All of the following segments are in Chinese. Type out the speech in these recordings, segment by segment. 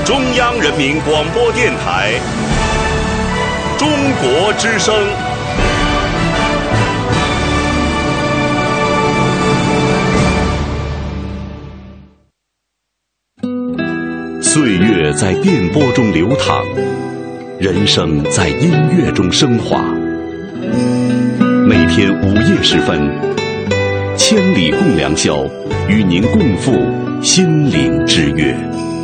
中央人民广播电台中国之声。岁月在电波中流淌，人生在音乐中升华。每天午夜时分，千里共良宵，与您共赴心灵之约。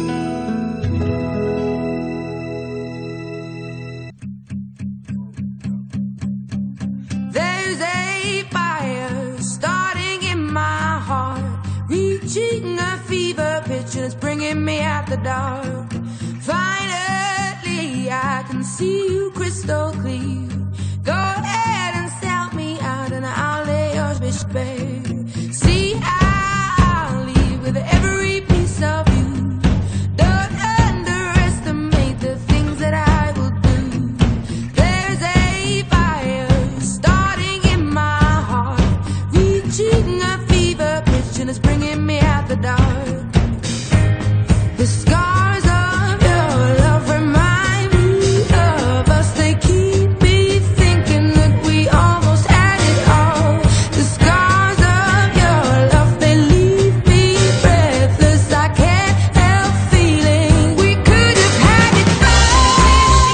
The dark. Finally, I can see you crystal clear. Go ahead and sell me out, and I'll lay yours bare. See, I'll leave with every piece of you. Don't underestimate the things that I will do. There's a fire starting in my heart, reaching a fever pitch, and it's bringing me out the dark. The scars of your love remind me of us. They keep me thinking that we almost had it all. The scars of your love, they leave me breathless. I can't help feeling we could have had it all.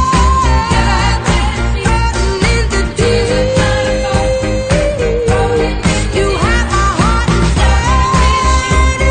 Rolling in the deep. You have my heart inside.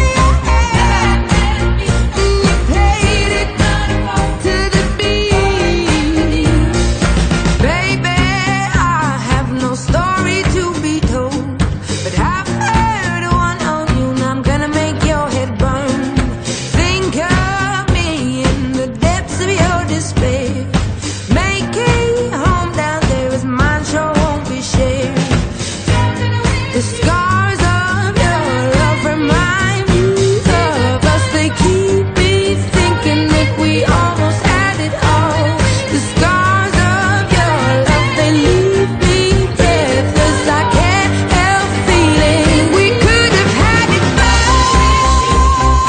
The scars of your love remind me of us. They keep me thinking that we almost had it all. The scars of your love, they leave me breathless. I can't help feeling we could have had it all.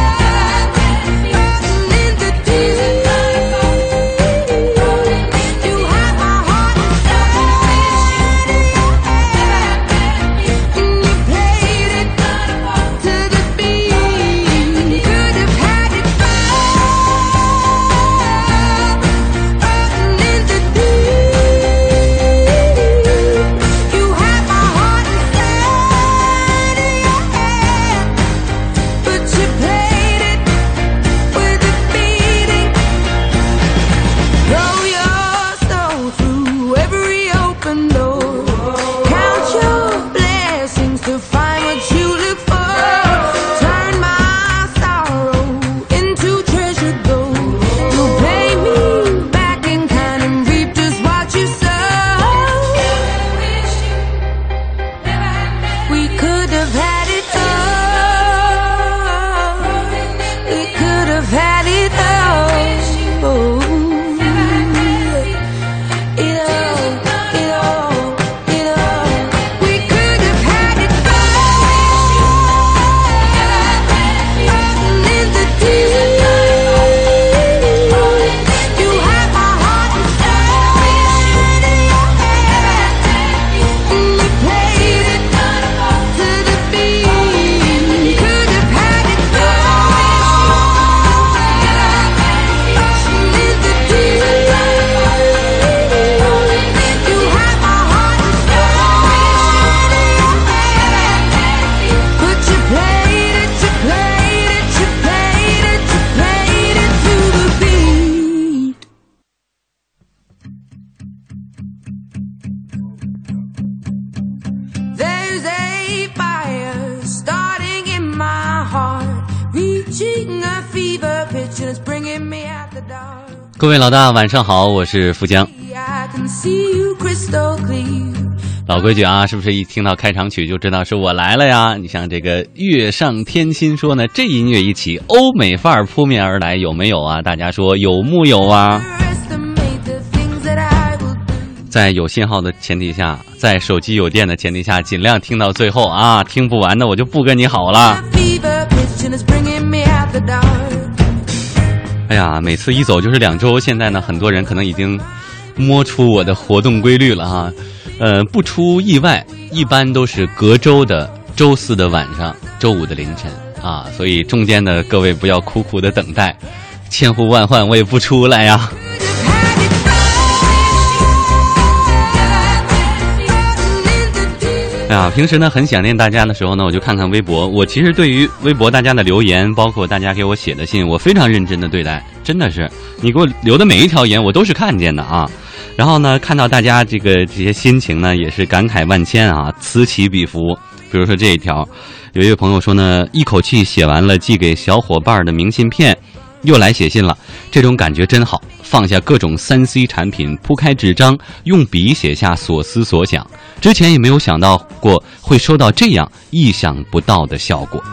In the deep, you have my heart inside. You played it to the beat. Could have had it all. In the deep, you have my heart inside of your hand, but you played it with a beating. Throw your soul through every open door. Count your blessings to find what you look for. Turn my sorrow into treasured gold. You'll pay me back in kind and reap just what you sow. We could have had it all. We could have had it all. It all. We could have had it all. In the deep, you have my heart inside of your hand. You played it to the beat. Could have had it all. In the deep, you have my heart inside of your hand. But you played it to the beat. There's a fire starting in my heart, reaching a fever pitch, and it's bringing me out the dark. 各位老大晚上好，我是富江。 I can see you crystal clear. 老规矩啊，是不是一听到开场曲就知道是我来了呀？你像这个月上天心说呢，这音乐一起，欧美范儿扑面而来，有没有啊？大家说有木有啊？ Underestimate the things that I will do. 在有信号的前提下，在手机有电的前提下，尽量听到最后啊！听不完的我就不跟你好了。 Fever pitch and it's bringing me out the dark. 哎呀，每次一走就是2周，现在呢，很多人可能已经摸出我的活动规律了哈。不出意外，一般都是隔周的周4的晚上，周5的凌晨啊，所以中间的各位不要苦苦的等待，千呼万唤我也不出来呀。哎呀，平时呢很想念大家的时候呢，我就看看微博。我其实对于微博大家的留言，包括大家给我写的信，我非常认真的对待，真的是你给我留的每一条言，我都是看见的啊。然后呢，看到大家这些心情呢，也是感慨万千啊，此起彼伏。比如说这一条，有一位朋友说呢，一口气写完了寄给小伙伴的明信片，又来写信了，这种感觉真好。放下各种3C 产品，铺开纸张，用笔写下所思所想。之前也没有想到过会收到这样意想不到的效果。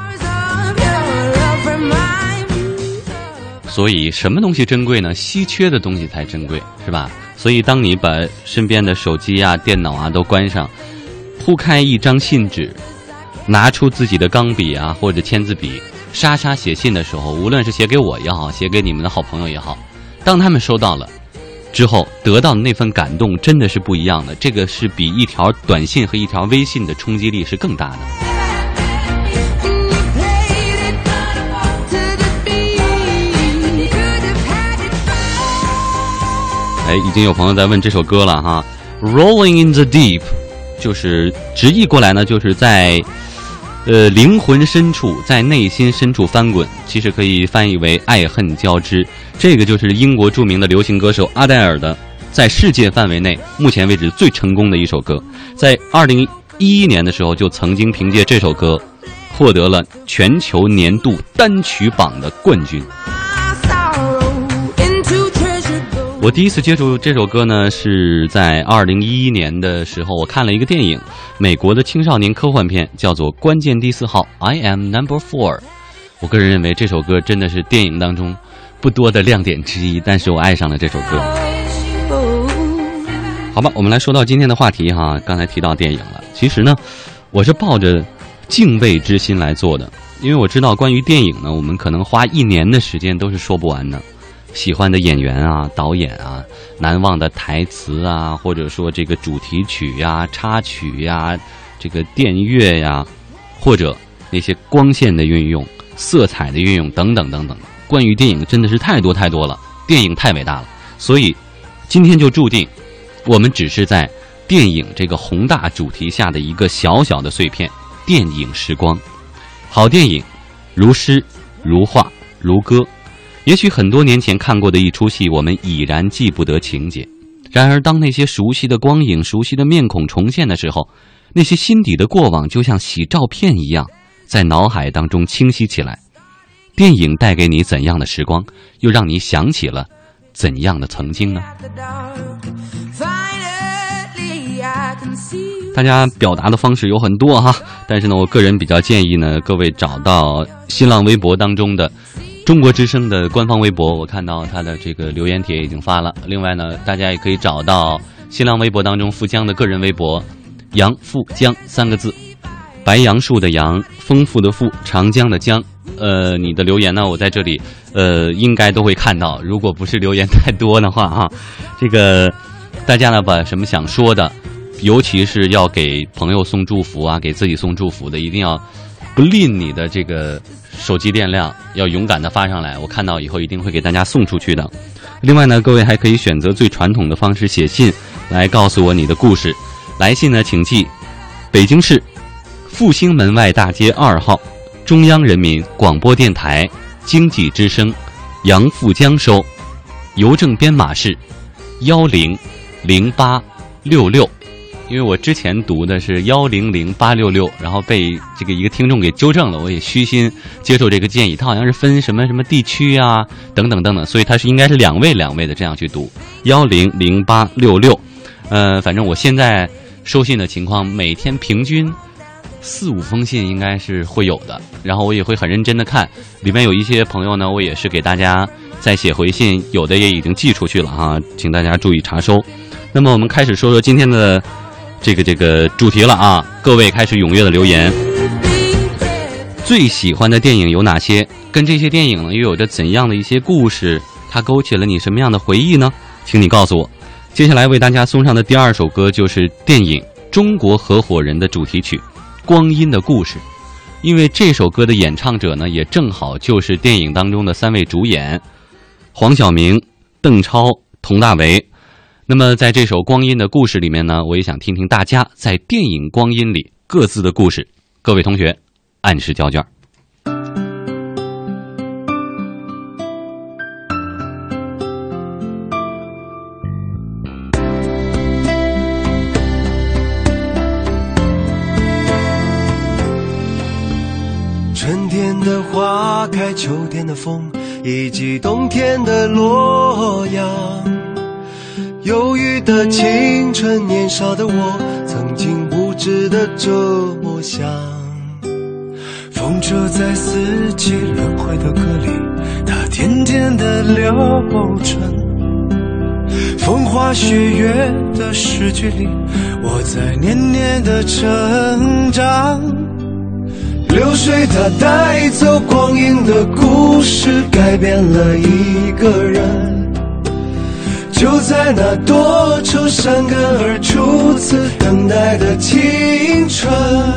所以什么东西珍贵呢？稀缺的东西才珍贵，是吧？所以当你把身边的手机啊、电脑啊都关上，铺开一张信纸，拿出自己的钢笔啊或者签字笔，沙沙写信的时候，无论是写给我也好，写给你们的好朋友也好，当他们收到了之后，得到的那份感动真的是不一样的。这个是比一条短信和一条微信的冲击力是更大的。哎，已经有朋友在问这首歌了哈， Rolling in the Deep 就是直译过来呢，就是在灵魂深处，在内心深处翻滚，其实可以翻译为爱恨交织。这个就是英国著名的流行歌手阿黛尔的在世界范围内目前为止最成功的一首歌。在2011年的时候，就曾经凭借这首歌获得了全球年度单曲榜的冠军。我第一次接触这首歌呢，是在2011年的时候，我看了一个电影，美国的青少年科幻片，叫做《关键第4号》I am number 4。我个人认为这首歌真的是电影当中不多的亮点之一，但是我爱上了这首歌。好吧，我们来说到今天的话题哈，刚才提到电影了。其实呢，我是抱着敬畏之心来做的，因为我知道关于电影呢，我们可能花1年的时间都是说不完的。喜欢的演员啊、导演啊、难忘的台词啊，或者说这个主题曲呀、插曲呀、这个电乐呀，或者那些光线的运用、色彩的运用等等等等。关于电影真的是太多太多了，电影太伟大了。所以今天就注定我们只是在电影这个宏大主题下的一个小小的碎片，电影时光。好电影如诗如画如歌，也许很多年前看过的一出戏，我们已然记不得情节。然而当那些熟悉的光影、熟悉的面孔重现的时候，那些心底的过往就像洗照片一样，在脑海当中清晰起来。电影带给你怎样的时光，又让你想起了怎样的曾经呢？大家表达的方式有很多哈，但是呢，我个人比较建议呢，各位找到新浪微博当中的中国之声的官方微博，我看到他的这个留言帖已经发了。另外呢，大家也可以找到新浪微博当中富江的个人微博，杨富江3个字，白杨树的杨，丰富的富，长江的江。你的留言呢，我在这里应该都会看到。如果不是留言太多的话哈，这个大家呢把什么想说的，尤其是要给朋友送祝福啊，给自己送祝福的，一定要不吝你的这个手机电量，要勇敢的发上来，我看到以后一定会给大家送出去的。另外呢，各位还可以选择最传统的方式写信来告诉我你的故事。来信呢，请寄北京市复兴门外大街2号中央人民广播电台经济之声杨富江收，邮政编码是1008666。因为我之前读的是100866，然后被这个一个听众给纠正了，我也虚心接受这个建议。他好像是分什么地区啊，等等等等，所以他是应该是两位的这样去读100866。反正我现在收信的情况，每天平均4-5封信应该是会有的，然后我也会很认真的看，里面有一些朋友呢，我也是给大家再写回信，有的也已经寄出去了哈，请大家注意查收。那么我们开始说说今天的这个主题了啊，各位开始踊跃的留言。最喜欢的电影有哪些？跟这些电影呢又有着怎样的一些故事？ 它勾起了你什么样的回忆呢？请你告诉我。接下来为大家送上的第二首歌就是电影《中国合伙人》的主题曲《光阴的故事》，因为这首歌的演唱者呢，也正好就是电影当中的3位主演黄晓明、邓超、佟大为。那么在这首《光阴的故事》里面呢，我也想听听大家在电影《光阴》里各自的故事。各位同学，按时交卷。 春天的花开，秋天的风，以及冬天的洛阳。忧郁的青春，年少的我，曾经无知的这么想。风车在四季轮回的歌里，它甜甜的流转。风花雪月的诗句里，我在年年的成长。流水它带走光阴的故事，改变了一个人。就在那多愁善感而初次等待的青春。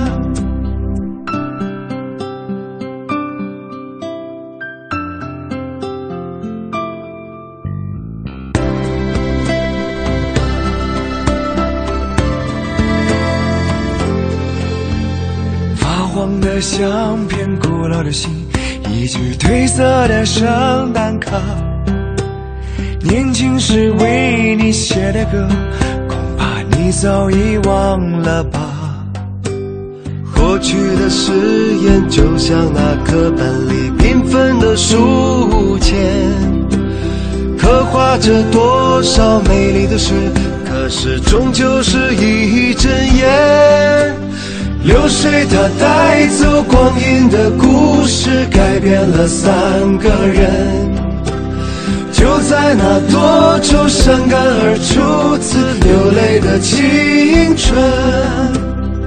黄的相片，古老的信，一句褪色的圣诞卡。年轻时为你写的歌，恐怕你早已忘了吧。过去的誓言，就像那课本里缤纷的书签，刻画着多少美丽的事，可是终究是一阵烟。流水它带走光阴的故事，改变了3个人。就在那多愁善感而初次流泪的青春。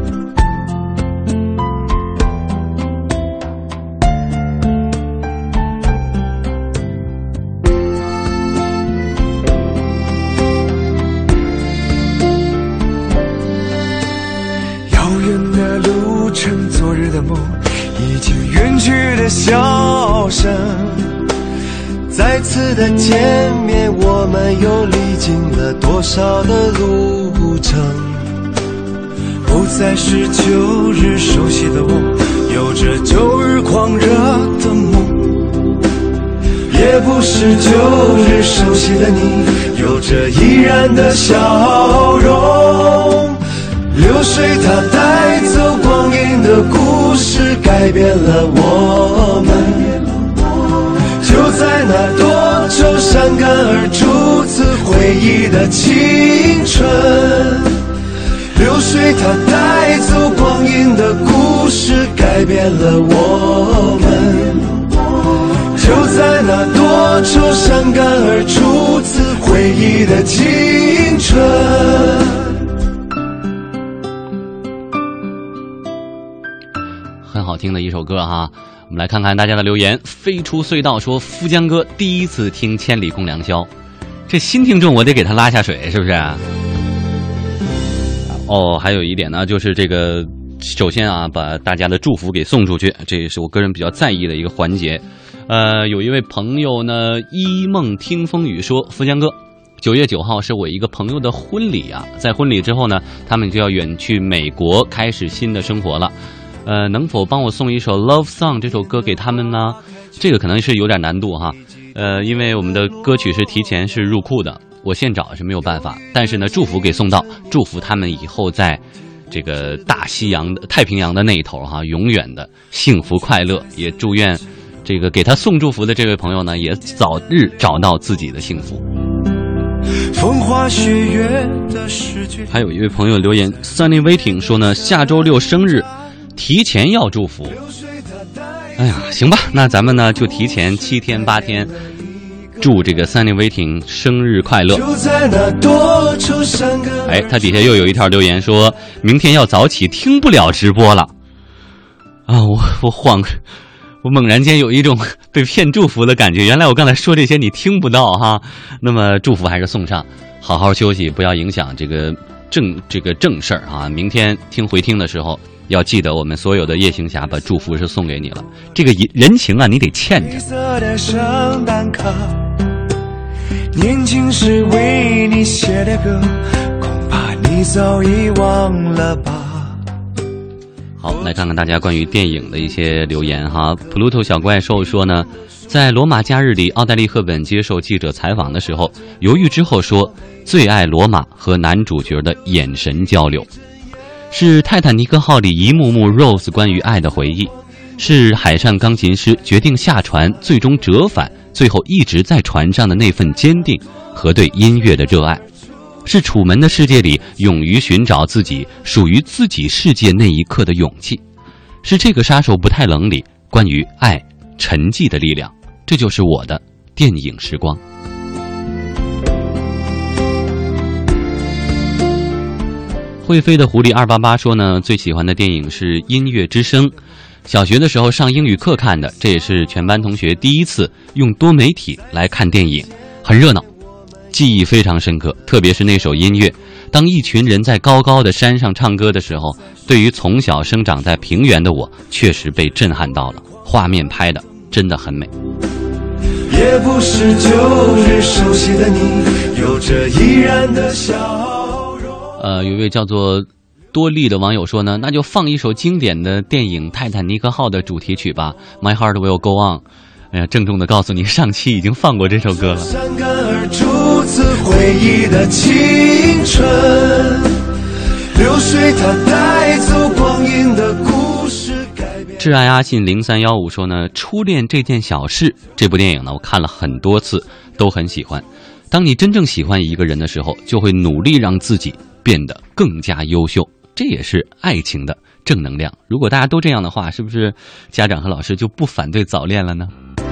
昨日的梦，已经远去的笑声。再次的见面，我们又历经了多少的路程？不再是旧日熟悉的我，有着旧日狂热的梦。也不是旧日熟悉的你，有着依然的笑容。流水它带走光阴的故事，改变了我们。就在那多愁善感而初次回忆的青春。流水它带走光阴的故事，改变了我们。就在那多愁善感而初次回忆的青春。 很好听的一首歌哈，我们来看看大家的留言。飞出隧道说，富江哥第一次听《千里共良宵》，这新听众我得给他拉下水，是不是？哦，还有一点呢，就是这个，首先啊，把大家的祝福给送出去，这也是我个人比较在意的一个环节。有一位朋友呢，一梦听风雨说，富江哥，9月9号是我一个朋友的婚礼啊，在婚礼之后呢，他们就要远去美国，开始新的生活了。能否帮我送一首《Love Song》这首歌给他们呢？这个可能是有点难度哈。因为我们的歌曲是提前是入库的，我现找是没有办法。但是呢，祝福给送到，祝福他们以后在这个大西洋的太平洋的那一头哈，永远的幸福快乐。也祝愿这个给他送祝福的这位朋友呢，也早日找到自己的幸福。 风花雪月的诗句。 还有一位朋友留言 Sunny Waiting 说呢，下周6生日。提前要祝福，哎呀，行吧，那咱们呢就提前7天8天，祝这个Sunny Waiting生日快乐。哎，他底下又有一条留言说，明天要早起，听不了直播了。啊， 我猛然间有一种被骗祝福的感觉，原来我刚才说这些你听不到哈。那么祝福还是送上，好好休息，不要影响这个正事儿啊。明天听回听的时候，要记得我们所有的夜行侠把祝福是送给你了，这个人情啊，你得欠着。 黑色的圣诞卡，年轻时为你写的歌，恐怕你早已忘了吧。 好，来看看大家关于电影的一些留言哈。Pluto 小怪兽说呢，在罗马假日里，奥黛丽·赫本接受记者采访的时候，犹豫之后说最爱罗马和男主角的眼神交流，是泰坦尼克号里一幕幕 Rose 关于爱的回忆，是海上钢琴师决定下船最终折返，最后一直在船上的那份坚定和对音乐的热爱，是楚门的世界里勇于寻找自己属于自己世界那一刻的勇气，是这个杀手不太冷里关于爱沉寂的力量。这就是我的电影时光。会飞的狐狸288说呢，最喜欢的电影是《音乐之声》，小学的时候上英语课看的，这也是全班同学第一次用多媒体来看电影，很热闹，记忆非常深刻，特别是那首音乐，当一群人在高高的山上唱歌的时候，对于从小生长在平原的我，确实被震撼到了，画面拍的真的很美。 也不是旧日熟悉的你，有着依然的笑容。 有一位叫做多利的网友说呢，那就放一首经典的电影《泰坦尼克号》的主题曲吧， My Heart Will Go On。哎呀，郑重的告诉你，上期已经放过这首歌了。 山感而初次回忆的青春，流水它带走光阴的故事。 挚爱阿信0315说呢，初恋这件小事这部电影呢，我看了很多次，都很喜欢。当你真正喜欢一个人的时候，就会努力让自己变得更加优秀，这也是爱情的正能量。如果大家都这样的话，是不是家长和老师就不反对早恋了呢？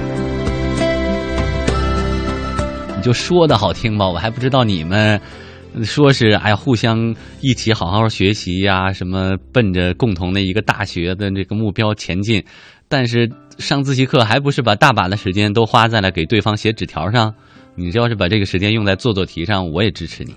你就说的好听吧，我还不知道你们说是哎呀，互相一起好好学习呀，什么奔着共同的一个大学的这个目标前进，但是上自习课还不是把大把的时间都花在了给对方写纸条上？你要是把这个时间用在做题上，我也支持你。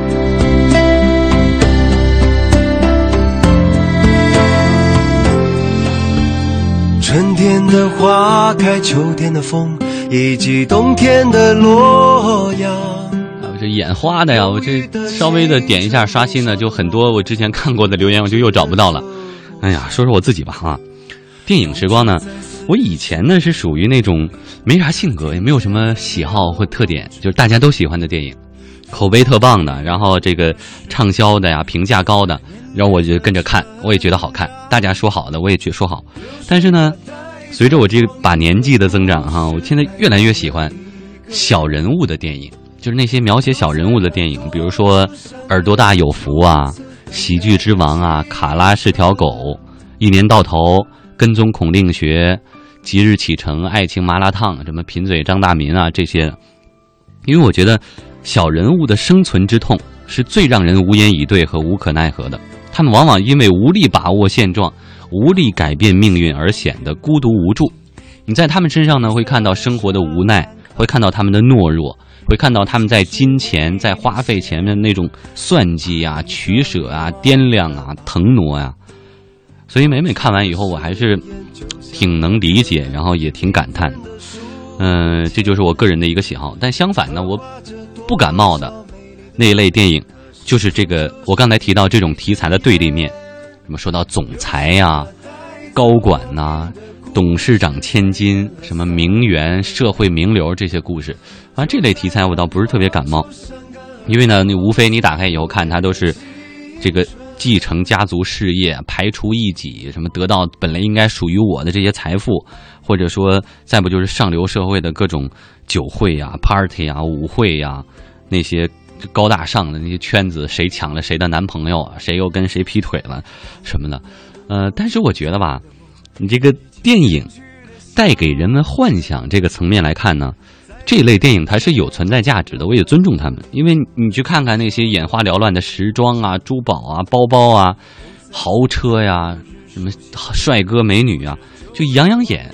春天的花开，秋天的风，以及冬天的洛阳。 这眼花的呀，我这稍微的点一下刷新呢，就很多我之前看过的留言我就又找不到了。哎呀，说说我自己吧哈。电影时光呢，我以前呢是属于那种没啥性格，也没有什么喜好或特点，就是大家都喜欢的电影，口碑特棒的，然后这个畅销的呀，评价高的，然后我就跟着看，我也觉得好看，大家说好的我也觉得说好。但是呢，随着我这个把年纪的增长哈，我现在越来越喜欢小人物的电影，就是那些描写小人物的电影，比如说耳朵大有福啊，喜剧之王啊，卡拉是条狗，一年到头，跟踪孔令学，即日启程，爱情麻辣烫，什么贫嘴张大民啊，这些。因为我觉得小人物的生存之痛是最让人无言以对和无可奈何的，他们往往因为无力把握现状，无力改变命运而显得孤独无助。你在他们身上呢，会看到生活的无奈，会看到他们的懦弱，会看到他们在金钱在花费前面那种算计啊、取舍啊、掂量啊、腾挪啊。所以每每看完以后，我还是挺能理解，然后也挺感叹的。这就是我个人的一个喜好。但相反呢，我不感冒的那一类电影，就是这个我刚才提到这种题材的对立面。什么说到总裁呀、高管呐、董事长千金、什么名媛、社会名流这些故事，反正这类题材我倒不是特别感冒。因为呢，你无非你打开以后看，它都是这个继承家族事业，排除异己，什么得到本来应该属于我的这些财富，或者说再不就是上流社会的各种酒会啊、party 啊、舞会啊，那些高大上的那些圈子，谁抢了谁的男朋友啊，谁又跟谁劈腿了什么的。但是我觉得吧，你这个电影带给人们幻想这个层面来看呢，这类电影它是有存在价值的，我也尊重他们。因为你去看看那些眼花缭乱的时装啊、珠宝啊、包包啊、豪车呀、什么帅哥美女啊，就养养眼，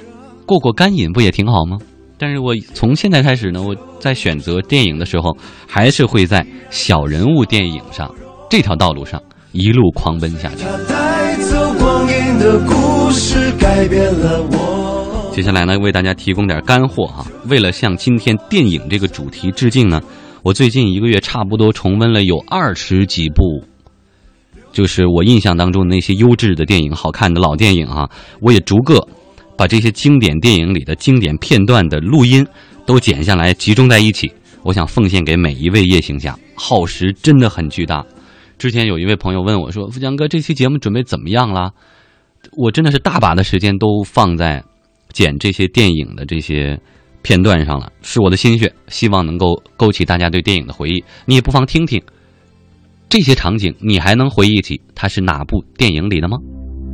过过干瘾不也挺好吗？但是我从现在开始呢，我在选择电影的时候，还是会在小人物电影上这条道路上一路狂奔下去。 带走光阴的故事改变了我。 接下来呢，为大家提供点干货哈。为了向今天电影这个主题致敬呢，我最近1个月差不多重温了有20几部，就是我印象当中的那些优质的电影、好看的老电影啊，我也逐个把这些经典电影里的经典片段的录音都剪下来，集中在一起。我想奉献给每一位夜行侠，耗时真的很巨大。之前有一位朋友问我说：“富强哥，这期节目准备怎么样啦？”我真的是大把的时间都放在剪这些电影的这些片段上了，是我的心血，希望能够勾起大家对电影的回忆。你也不妨听听这些场景，你还能回忆起它是哪部电影里的吗？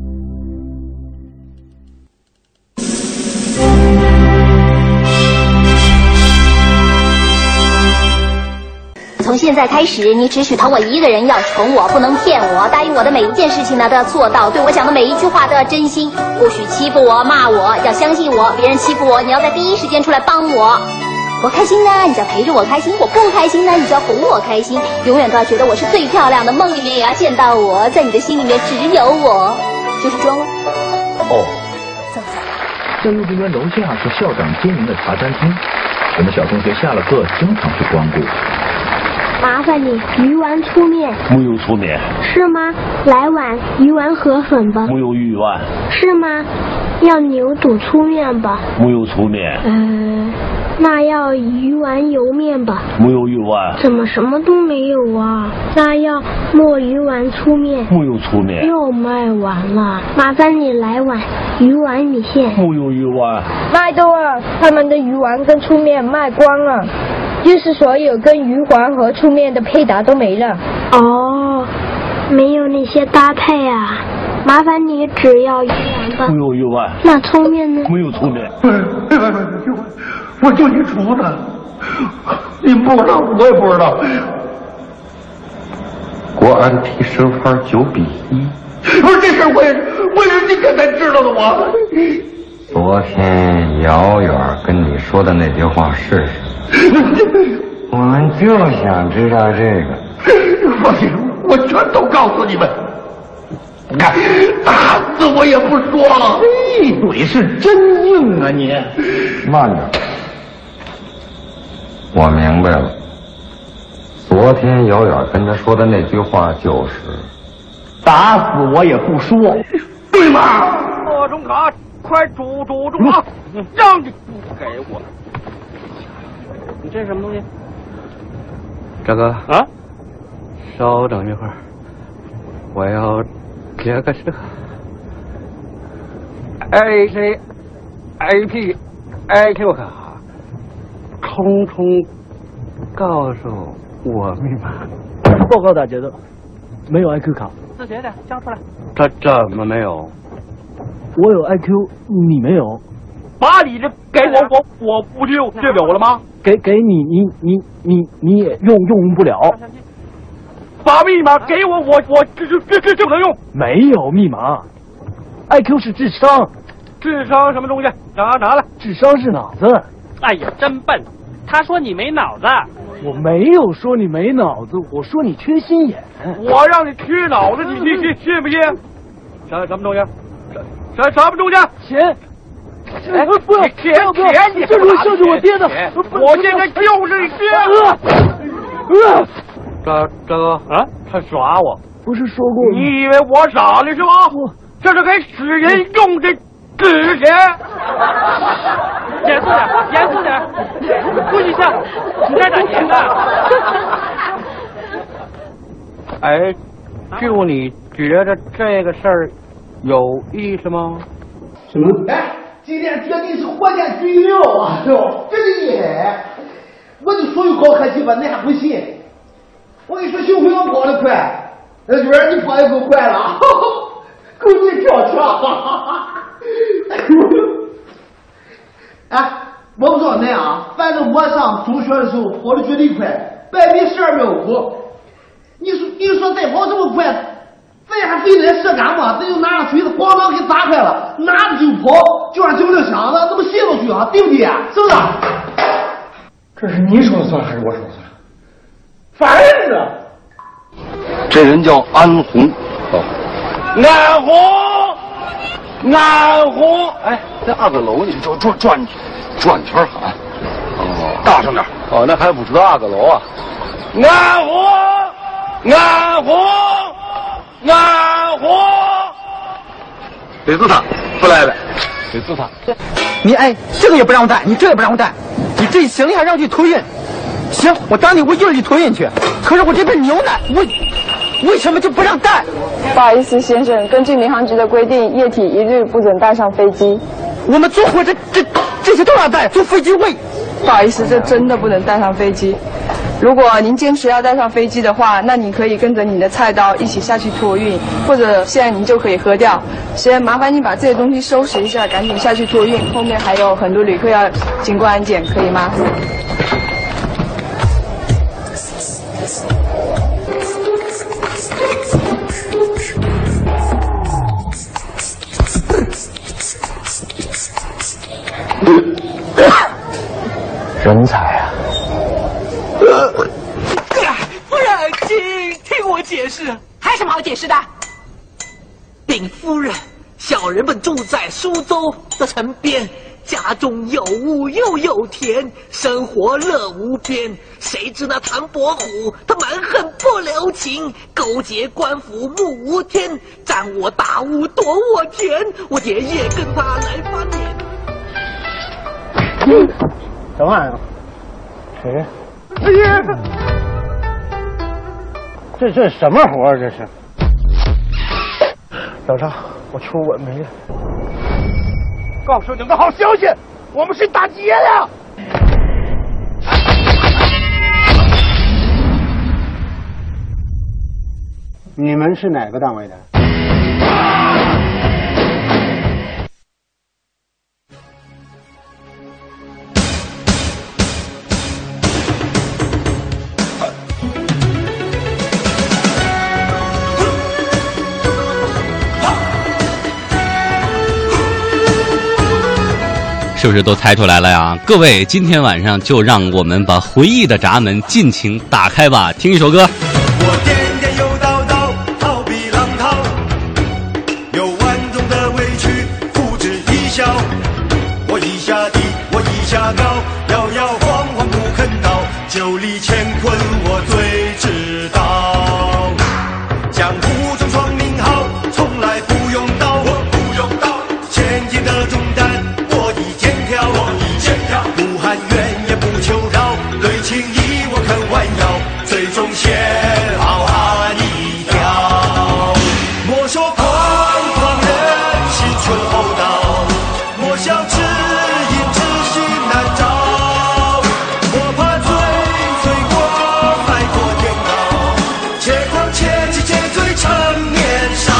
从现在开始，你只许疼我一个人，要宠我，不能骗我。答应我的每一件事情呢，都要做到；对我讲的每一句话都要真心，不许欺负我、骂我，要相信我。别人欺负我，你要在第一时间出来帮我。我开心呢，你就要陪着我开心；我不开心呢，你就要哄我开心。永远都要觉得我是最漂亮的，梦里面也要见到我，在你的心里面只有我，就是装了。 哦， 这么早？ 教育公园楼下是校长经营的茶餐厅，我们小同学下了课经常去光顾。 麻烦你鱼丸粗面。 木有粗面。 是吗？来碗鱼丸河粉吧。 木有鱼丸。 是吗？要牛肚粗面吧。 木有粗面。 那要鱼丸油面吧。 木有鱼丸。 怎么什么都没有啊？那要墨鱼丸粗面。 木有粗面。 又卖完了，麻烦你来碗鱼丸米线。 木有鱼丸。 卖多了，他们的鱼丸跟粗面卖光了。就是所有跟鱼丸和粗面的配搭都没了。 哦，没有那些搭配啊，麻烦你只要鱼丸吧。 没有鱼丸。 那粗面呢？ 没有粗面。 我就你厨子，你不知道，我也不知道。国安踢申花9-1。不是这事我也是今天才知道的我。 昨天姚远跟你说的那句话是什么？我们就想知道这个。 放心，我全都告诉你们。打死我也不说。 一嘴是真硬啊你！ 慢着，我明白了。昨天姚远跟他说的那句话就是“ 打死我也不说”， 对吗？ 各种卡，快煮啊！让你给我。你这是什么东西？ 大哥啊， 稍等一会儿，我要接个这个 ACAP 卡，冲告诉我密码。 报告大姐的，没有 IQ 卡。 自觉点，交出来。 这怎么没有？ 我有 IQ， 你没有。 把你这给我不就这有了吗？ 给你也用不了。 把密码给我这就能用。 没有密码 ，IQ 是智商。 智商什么东西？拿来。 智商是脑子。 哎呀，真笨！他说你没脑子。 我没有说你没脑子，我说你缺心眼。 我让你缺脑子，你信不信？什么东西？什么东西？ 钱。 哎，不要钱！ 这是我爹的， 我现在就是你爹。 这个啊，他耍我。 不是说过你以为我傻了是吗？这是给死人用的纸钱。严肃点，跪一下，你在打钱呢。 哎，就你觉得这个事儿有意思吗？ 什么？哎，今天绝对是火箭军了啊！真的厉害！我就属于高科技吧，你还不信？我跟你说，幸亏我跑得快，那主任你跑得够快了，够你跳墙。哎，我不知道那样，反正我上中学的时候跑得绝对快，100米12秒5。你说再跑这么快，咱还非得射杆吗？咱就拿着锤子咣当给砸开了，拿着就跑。 就让9六响了，这不泄露去啊，对不对啊？是不是？ 这是你说了算还是我说了算？烦人啊！ 这人叫安红。哦，安红，安红！哎，在2个楼，你转圈喊。哦，大声点。哦，那还不知道2个楼啊？安红，安红，安红！得是他，不来了，得是他。 你哎，这个也不让我带，你这也不让我带，你这行李还让我去托运。行，我当你我一会儿去托运去。可是我这瓶牛奶，我为什么就不让带？ 不好意思，先生，根据民航局的规定，液体一律不准带上飞机。 我们坐火车这些都要带，坐飞机会。 不好意思，这真的不能带上飞机。如果您坚持要带上飞机的话，那你可以跟着你的菜刀一起下去托运，或者现在您就可以喝掉。先麻烦你把这些东西收拾一下，赶紧下去托运。后面还有很多旅客要经过安检，可以吗？ 人才啊！ 夫人，请听我解释。还有什么好解释的？禀夫人，小人们住在苏州的城边，家中有屋又有田，生活乐无边。谁知那唐伯虎他蛮横不留情，勾结官府目无天，占我大屋夺我田，我爷爷跟他来翻脸。 什么玩意儿？谁？ 哎呀！ 这什么活儿？这是？ 老张，我求稳没了。告诉你们个好消息，我们是打劫了。 你们是哪个单位的？ 是不是都猜出来了呀？各位，今天晚上就让我们把回忆的闸门尽情打开吧！听一首歌。 我颠颠又倒倒，逃避浪涛，有万种的委屈，付之一笑。我一下低，我一下高，摇摇晃晃不肯倒，9里乾坤我最知道。江湖中闯名号，从来不用刀，我不用刀，前进的重担。不喊冤也不求饶，对情义我肯弯腰，最终先好汉一条。莫说狂狂人心存厚道，莫笑知音知心难找，莫怕醉醉过海阔天高，且狂且急且醉趁年少。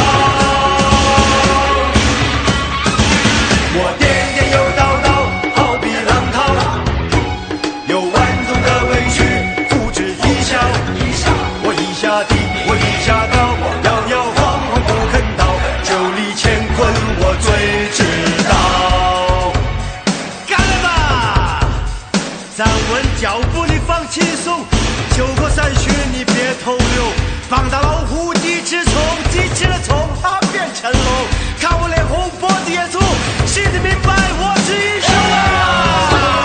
我颠颠又倒倒，好比浪涛，有万种的委屈，付之一笑。我一下低，我一下高，摇摇晃晃不肯倒，9里乾坤我最知道。干了吧！站稳脚步你放轻松，9个3穴你别偷溜，放大老虎一只虫，机器的虫它变成龙，看我脸红脖子也粗，心里明白我是英雄啊！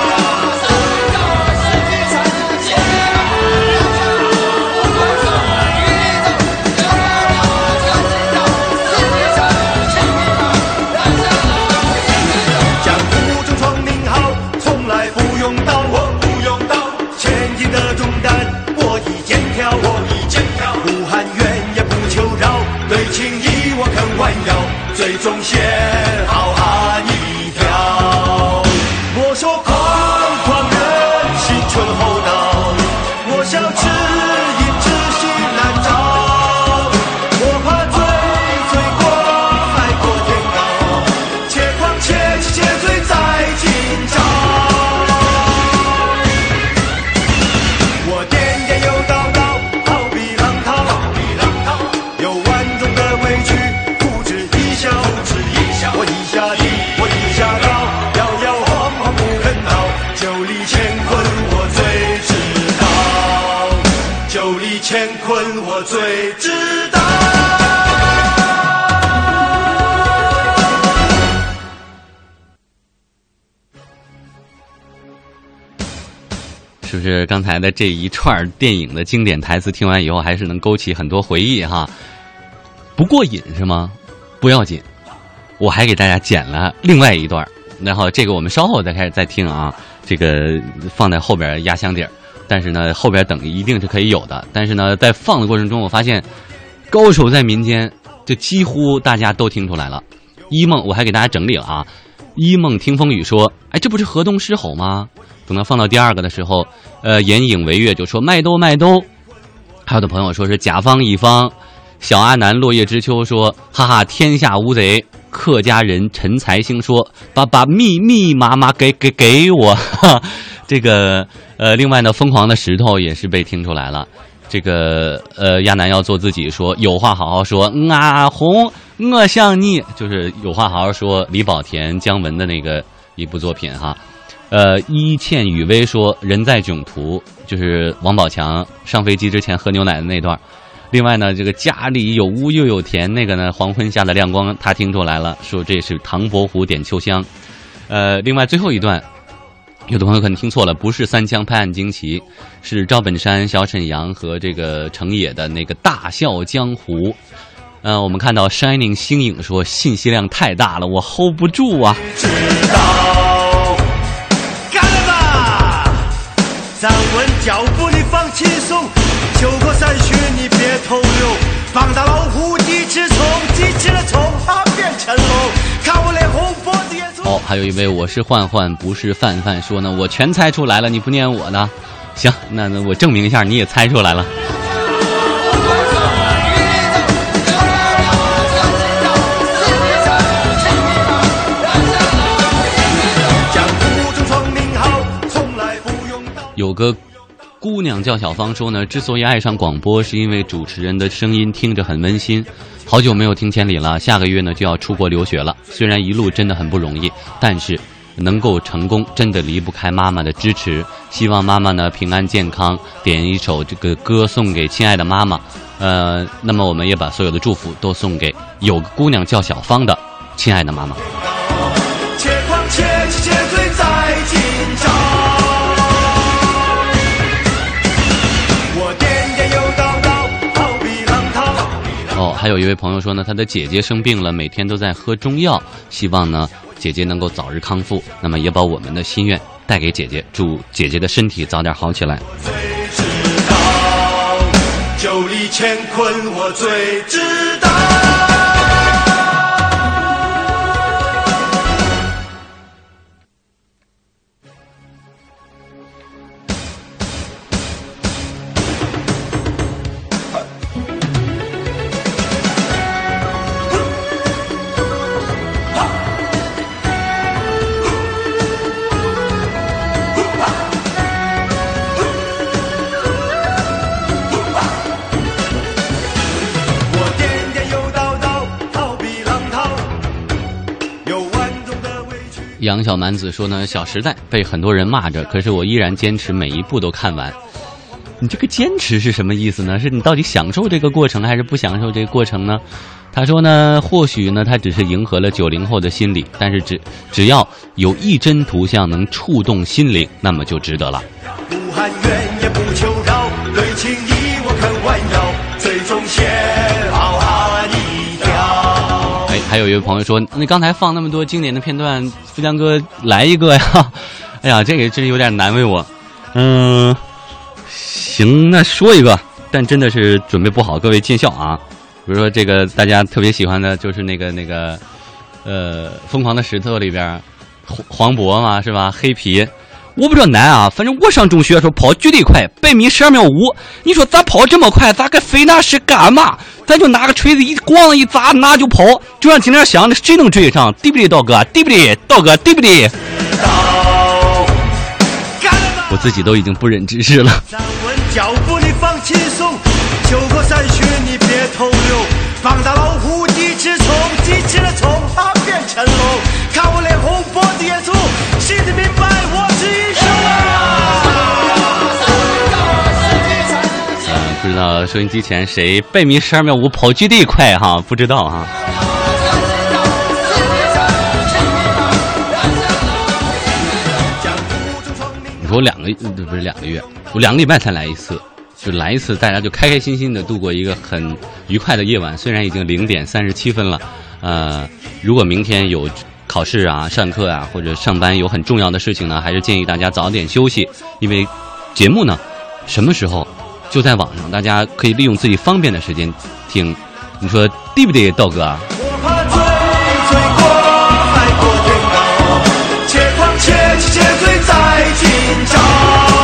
江湖中闯名号，从来不用刀，我不用刀，前进的重担我一肩挑，不喊冤。 是不是刚才的这一串电影的经典台词听完以后，还是能勾起很多回忆哈？不过瘾是吗？不要紧，我还给大家剪了另外一段，然后这个我们稍后再听啊，这个放在后边压箱底儿。但是呢，后边等一定是可以有的。但是呢，在放的过程中，我发现高手在民间，就几乎大家都听出来了。一梦，我还给大家整理了啊。一梦听风雨说：“哎，这不是河东狮吼吗？”等到放到第二个的时候，眼影为月就说：“麦兜麦兜。”还有的朋友说是甲方乙方。小阿南落叶知秋说：“哈哈，天下无贼。”客家人陈才兴说：“把密密麻麻给我。”这个另外呢，疯狂的石头也是被听出来了。这个亚楠要做自己说有话好好说，阿红我想你，就是有话好好说。李保田、姜文的那个一部作品哈。一倩雨薇说人在囧途，就是王宝强上飞机之前喝牛奶的那段。另外呢，这个家里有屋又有田，那个呢黄昏下的亮光他听出来了，说这是唐伯虎点秋香。另外最后一段有的朋友可能听错了，不是三枪拍案惊奇，是赵本山、小沈阳和这个程野的那个大笑江湖。我们看到 Shining 星影说信息量太大了，我 hold 不住啊。 知道干了吧，站稳脚步你放轻松，酒过三巡你别偷溜，膀大老虎一只虫，几只的虫它变成龙，看我脸红脖子也粗。 还有一位我是焕焕不是范范说呢，我全猜出来了，你不念我呢？行，那我证明一下你也猜出来了。有个姑娘叫小芳说呢，之所以爱上广播，是因为主持人的声音听着很温馨。好久没有听千里了，下个月呢就要出国留学了。虽然一路真的很不容易，但是能够成功真的离不开妈妈的支持。希望妈妈呢平安健康。点一首这个歌送给亲爱的妈妈。那么我们也把所有的祝福都送给有个姑娘叫小芳的亲爱的妈妈。 且狂且急且醉再紧张， 还有一位朋友说呢，他的姐姐生病了，每天都在喝中药，希望呢姐姐能够早日康复。那么也把我们的心愿带给姐姐，祝姐姐的身体早点好起来。 最知道酒里乾坤我最知道。 杨小蛮子说呢，《小时代》被很多人骂着，可是我依然坚持每一部都看完。你这个坚持是什么意思呢？是你到底享受这个过程还是不享受这个过程呢？他说呢，或许呢他只是迎合了90后的心理，但是只要有一帧图像能触动心灵，那么就值得了。 不含怨也不求饶，对情义我肯弯腰，最终先好汉一条。 还有一位朋友说，你刚才放那么多经典的片段，富江哥来一个呀？哎呀，这个真有点难为我。行，那说一个，但真的是准备不好，各位见笑啊。比如说这个大家特别喜欢的就是那个疯狂的石头里边黄渤嘛，是吧？黑皮。我不知道难啊，反正我上中学的时候跑绝对快，100米12秒5。你说咱跑这么快，咱还费那是干嘛？咱就拿个锤子一咣一砸，拿就跑，就让今天想的谁能追上？对不对，道哥？对不对，道哥？对不对？我自己都已经不忍直视了。 站稳脚步你放轻松，酒过三巡你别偷溜，膀大老虎一只虫，几只的虫它变成龙，看我脸红脖子也粗，心里明白我是英雄啊。 不知道收音机前谁100米12秒5跑绝对快哈？不知道哈。你说我不是2个月，我2个礼拜才来一次，就来一次，大家就开开心心的度过一个很愉快的夜晚。虽然已经0点37分了，如果明天有考试啊、上课啊或者上班有很重要的事情呢，还是建议大家早点休息，因为节目呢什么时候就在网上，大家可以利用自己方便的时间听。你说对不对，豆哥？ 我怕醉过海阔天高，且狂且醉在今朝。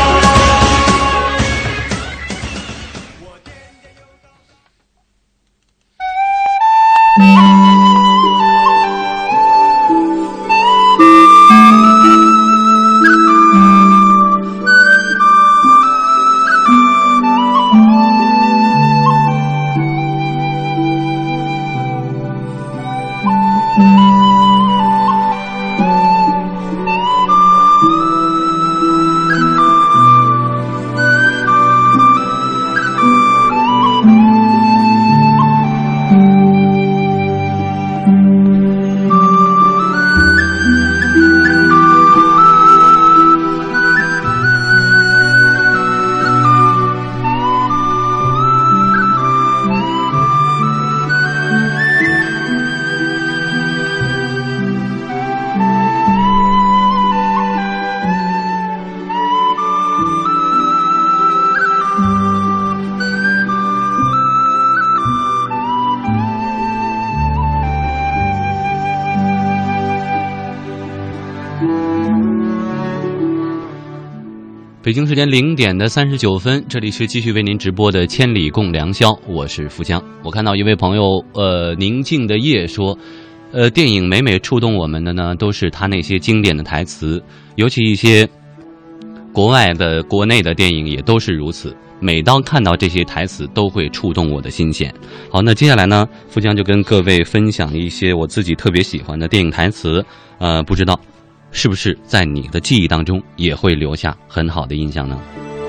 北京时间0点39分，这里是继续为您直播的千里共良宵，我是富江。我看到一位朋友宁静的夜说，电影每每触动我们的呢，都是他那些经典的台词，尤其一些国外的、国内的电影也都是如此。每当看到这些台词，都会触动我的心弦。好，那接下来呢，富江就跟各位分享一些我自己特别喜欢的电影台词。不知道是不是在你的记忆当中也会留下很好的印象呢？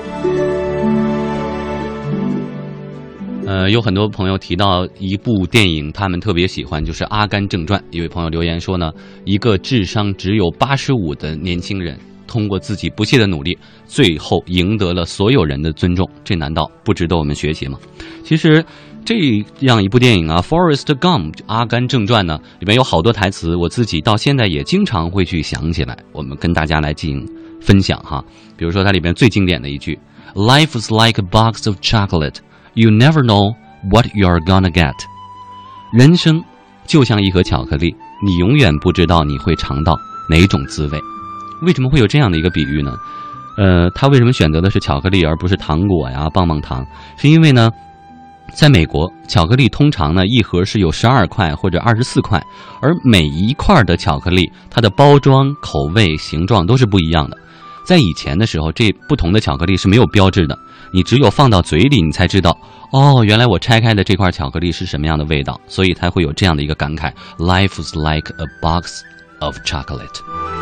有很多朋友提到一部电影，他们特别喜欢，就是《阿甘正传》。有位朋友留言说呢，一个智商只有85的年轻人，通过自己不懈的努力，最后赢得了所有人的尊重，这难道不值得我们学习吗？其实这样一部电影啊，《Forrest Gump》阿甘正传呢，里面有好多台词，我自己到现在也经常会去想起来，我们跟大家来进行分享哈。比如说它里面最经典的一句 ，Life is like a box of chocolate, you never know what you're gonna get。人生就像一盒巧克力，你永远不知道你会尝到哪种滋味。为什么会有这样的一个比喻呢？他为什么选择的是巧克力而不是糖果呀、棒棒糖？是因为呢，在美国，巧克力通常呢一盒是有12块或者24块，而每一块的巧克力，它的包装、口味、形状都是不一样的。在以前的时候，这不同的巧克力是没有标志的，你只有放到嘴里，你才知道，哦，原来我拆开的这块巧克力是什么样的味道，所以才会有这样的一个感慨 ：Life is like a box of chocolate。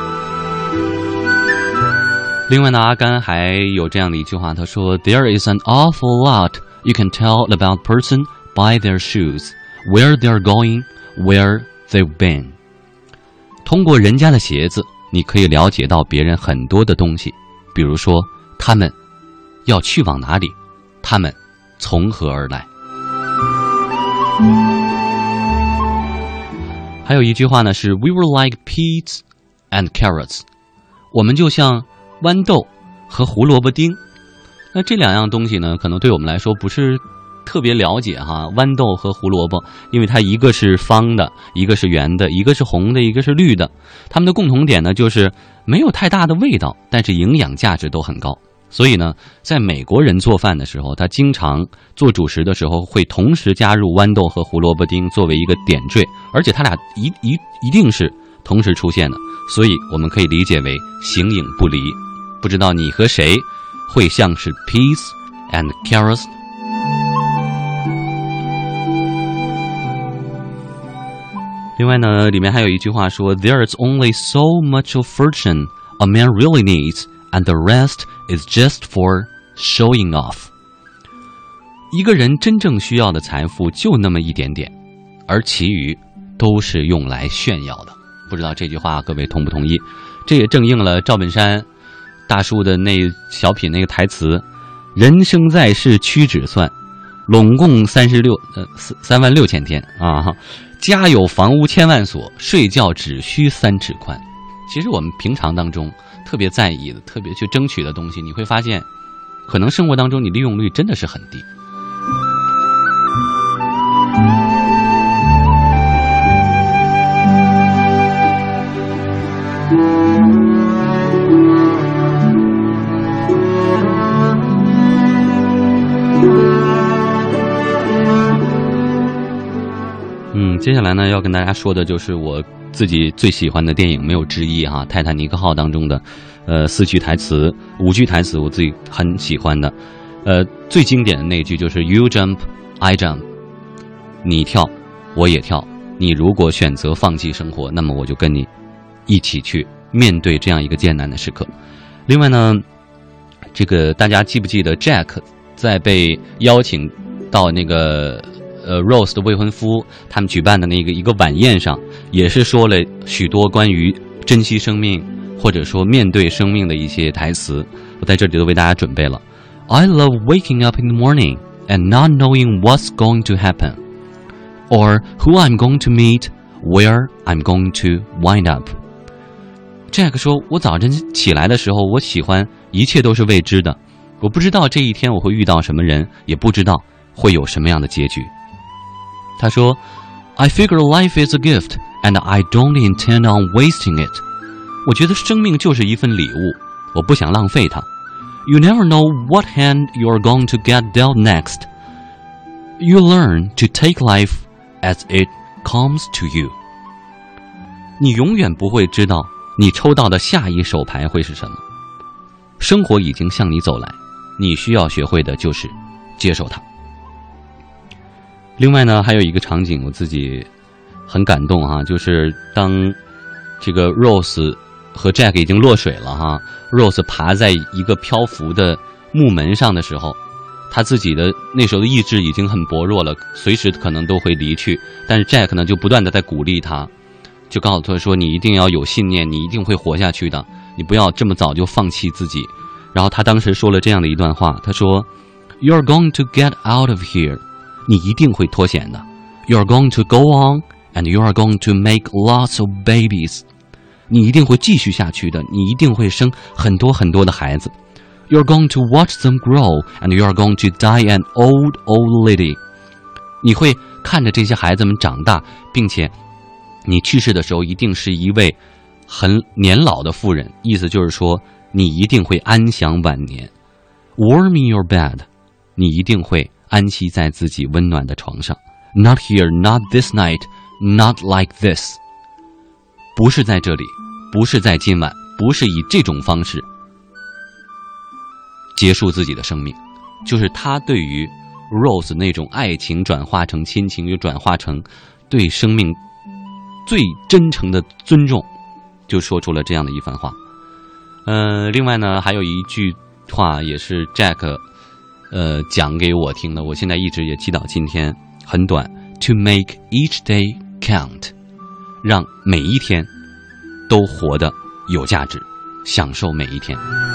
另外呢，阿甘还有这样的一句话，他说 ：“There is an awful lot you can tell about a person by their shoes, where they're going, where they've been。”通过人家的鞋子，你可以了解到别人很多的东西，比如说他们要去往哪里，他们从何而来。还有一句话呢是 ：“We were like peas and carrots。”我们就像豌豆和胡萝卜丁。那这两样东西呢，可能对我们来说不是特别了解哈。豌豆和胡萝卜，因为它一个是方的，一个是圆的，一个是红的，一个是绿的。它们的共同点呢，就是没有太大的味道，但是营养价值都很高。所以呢，在美国人做饭的时候，他经常做主食的时候会同时加入豌豆和胡萝卜丁作为一个点缀，而且它俩一定是同时出现的，所以我们可以理解为形影不离。不知道你和谁会像是 peas and carrots？ 另外呢，里面还有一句话说 There's only so much of fortune a man really needs, and the rest is just for showing off。 一个人真正需要的财富就那么一点点，而其余都是用来炫耀的。不知道这句话各位同不同意？这也正应了赵本山大叔的那小品那个台词：“人生在世屈指算，拢共36000天啊！家有房屋千万所，睡觉只需3尺宽。”其实我们平常当中特别在意的、特别去争取的东西，你会发现，可能生活当中你利用率真的是很低。接下来呢，要跟大家说的就是我自己最喜欢的电影，没有之一哈，《泰坦尼克号》当中的4句台词、5句台词，我自己很喜欢的。最经典的那句就是 "You jump, I jump"， 你跳，我也跳。你如果选择放弃生活，那么我就跟你一起去面对这样一个艰难的时刻。另外呢，这个大家记不记得 Jack 在被邀请到那个Rose 的未婚夫他们举办的一个晚宴上，也是说了许多关于珍惜生命或者说面对生命的一些台词，我在这里都为大家准备了。I love waking up in the morning and not knowing what's going to happen, or who I'm going to meet, where I'm going to wind up. Jack 说，我早晨起来的时候，我喜欢一切都是未知的，我不知道这一天我会遇到什么人，也不知道会有什么样的结局。他说 I figure life is a gift and I don't intend on wasting it. 我觉得生命就是一份礼物，我不想浪费它。You never know what hand you're going to get dealt next. You learn to take life as it comes to you. 你永远不会知道你抽到的下一手牌会是什么。生活已经向你走来，你需要学会的就是接受它。另外呢，还有一个场景我自己很感动哈，就是当这个 Rose 和 Jack 已经落水了哈， Rose 爬在一个漂浮的木门上的时候，他自己的那时候的意志已经很薄弱了，随时可能都会离去，但是 Jack 呢就不断的在鼓励他，就告诉他说，你一定要有信念，你一定会活下去的，你不要这么早就放弃自己。然后他当时说了这样的一段话，他说 You're going to get out of here， 你一定会脱险的。 You're going to go on and you are going to make lots of babies， 你一定会继续下去的，你一定会生很多很多的孩子。 You're going to watch them grow and you are going to die an old lady， 你会看着这些孩子们长大，并且你去世的时候一定是一位很年老的妇人，意思就是说你一定会安享晚年。 Warm in your bed， 你一定会安息在自己温暖的床上。 Not here, not this night, not like this， 不是在这里，不是在今晚，不是以这种方式结束自己的生命。就是他对于 Rose 那种爱情转化成亲情，又转化成对生命最真诚的尊重，就说出了这样的一番话。另外呢，还有一句话也是 Jack 讲给我听的，我现在一直也记到今天，很短。 To make each day count， 让每一天都活得有价值，享受每一天。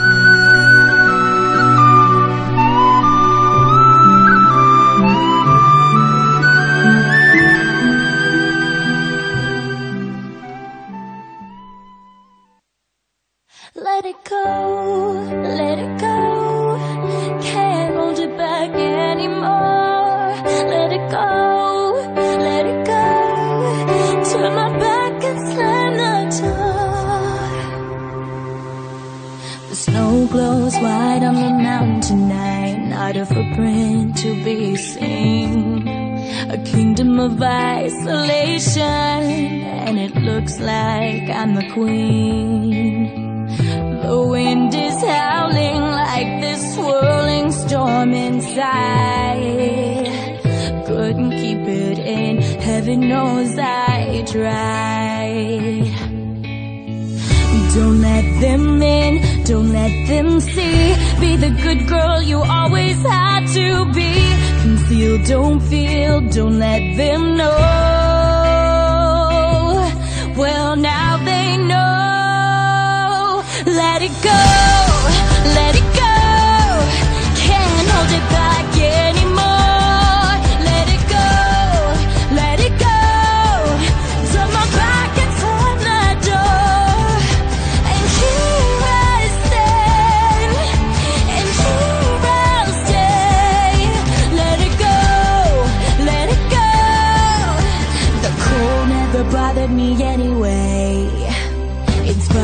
Let it go, let it go. Can't hold it back anymore. Let it go, let it go. Turn my back and slam the door. The snow glows white on the mountain tonight. Not a footprint to be seen. A kingdom of isolation, and it looks like I'm the queen. The wind is howling like this swirling storm inside. Couldn't keep it in, heaven knows I tried. Don't let them in, don't let them see. Be the good girl you always had to be. Conceal, don't feel, don't let them know. Well, now they know. Let it go.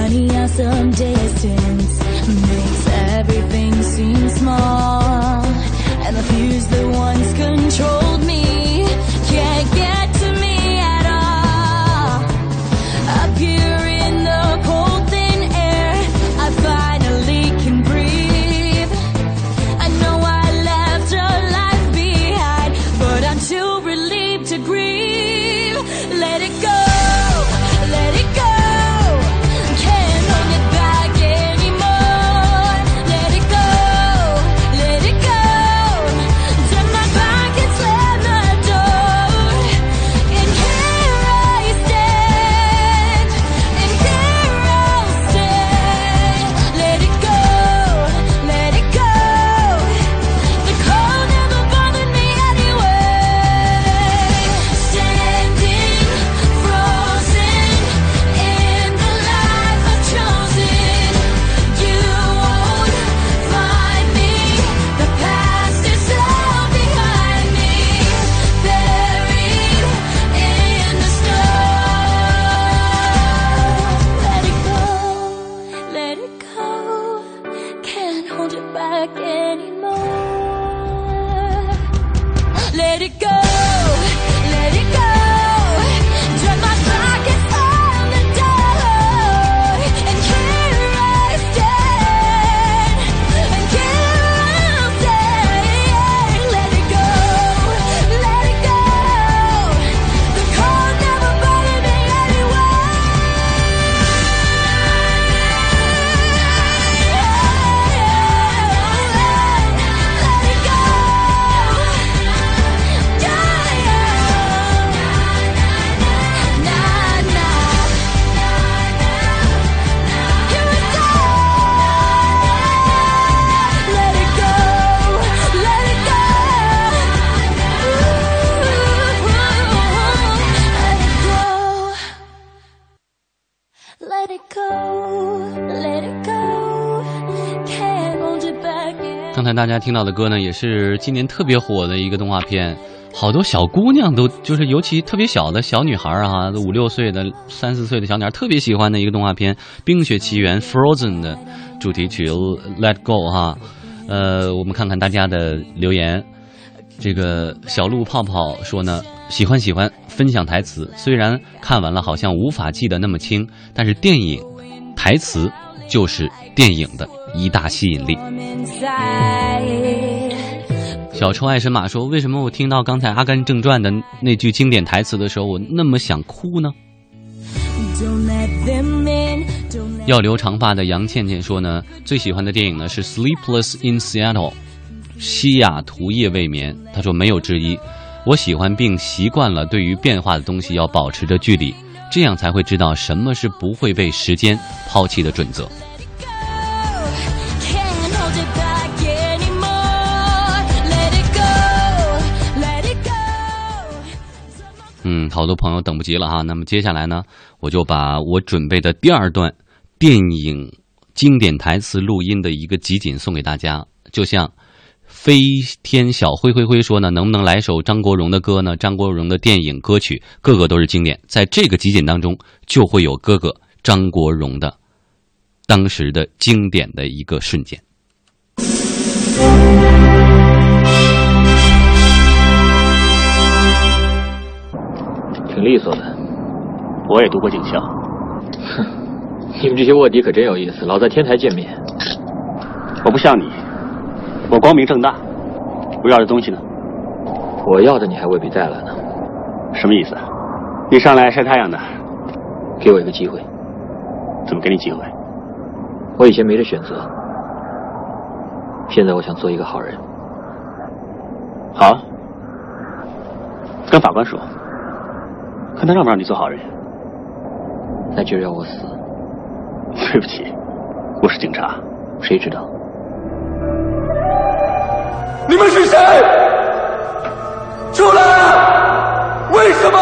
finding out some distance makes everything seem small, and the fears that once controlled me can't get to me at all. Up here in the cold thin air, I finally can breathe. I know I left a life behind, but I'm too relieved to grieve. Let it go, let it go. Can't hold it back anymore. Let it go, let it go. Turn my back and slam the door. And here I stand, and here I'll stay. Let it go, let it go. The cold never bothered me anyway. Standing frozen in the life I've chosen. You won't find me. The past is all behind me, buried in the snow. Let it go, let it go. Can't hold it back anymore. Let it go, let it go. Turn my back and slam the door. And here I stand, and here I'll stay. Let it go, let it go. The cold never bothered me anyway. Let it go. Let it go, let it go, can't hold it back anymore. 刚才大家听到的歌呢，也是今年特别火的一个动画片，好多小姑娘都就是尤其特别小的小女孩啊，5、6岁的、3、4岁的小女孩特别喜欢的一个动画片《冰雪奇缘》Frozen 的主题曲 Let Go 哈。我们看看大家的留言。这个小鹿泡泡说呢，喜欢分享台词，虽然看完了好像无法记得那么清，但是电影台词就是电影的一大吸引力。小臭爱神马说，为什么我听到刚才《阿甘正传》的那句经典台词的时候，我那么想哭呢？要留长发的杨倩倩说呢，最喜欢的电影呢是《Sleepless in Seattle》，西雅图夜未眠。她说没有之一，我喜欢并习惯了对于变化的东西要保持着距离，这样才会知道什么是不会被时间抛弃的准则。好多朋友等不及了哈。那么接下来呢，我就把我准备的第2段电影经典台词录音的一个集锦送给大家。就像飞天小灰灰灰说呢，能不能来首张国荣的歌呢？张国荣的电影歌曲个个都是经典，在这个集锦当中就会有哥哥张国荣的当时的经典的一个瞬间。 挺利索的， 我也读过警校。 哼，你们这些卧底可真有意思，老在天台见面。 我不像你，我光明正大。我要的东西呢？ 我要的你还未必带来呢。 什么意思？你上来晒太阳的？ 给我一个机会。 怎么给你机会？ 我以前没得选择，现在我想做一个好人。 好，跟法官说。看他让不让你做好人。 那就让我死。 对不起，我是警察。 谁知道？ 你们是谁？出来！为什么？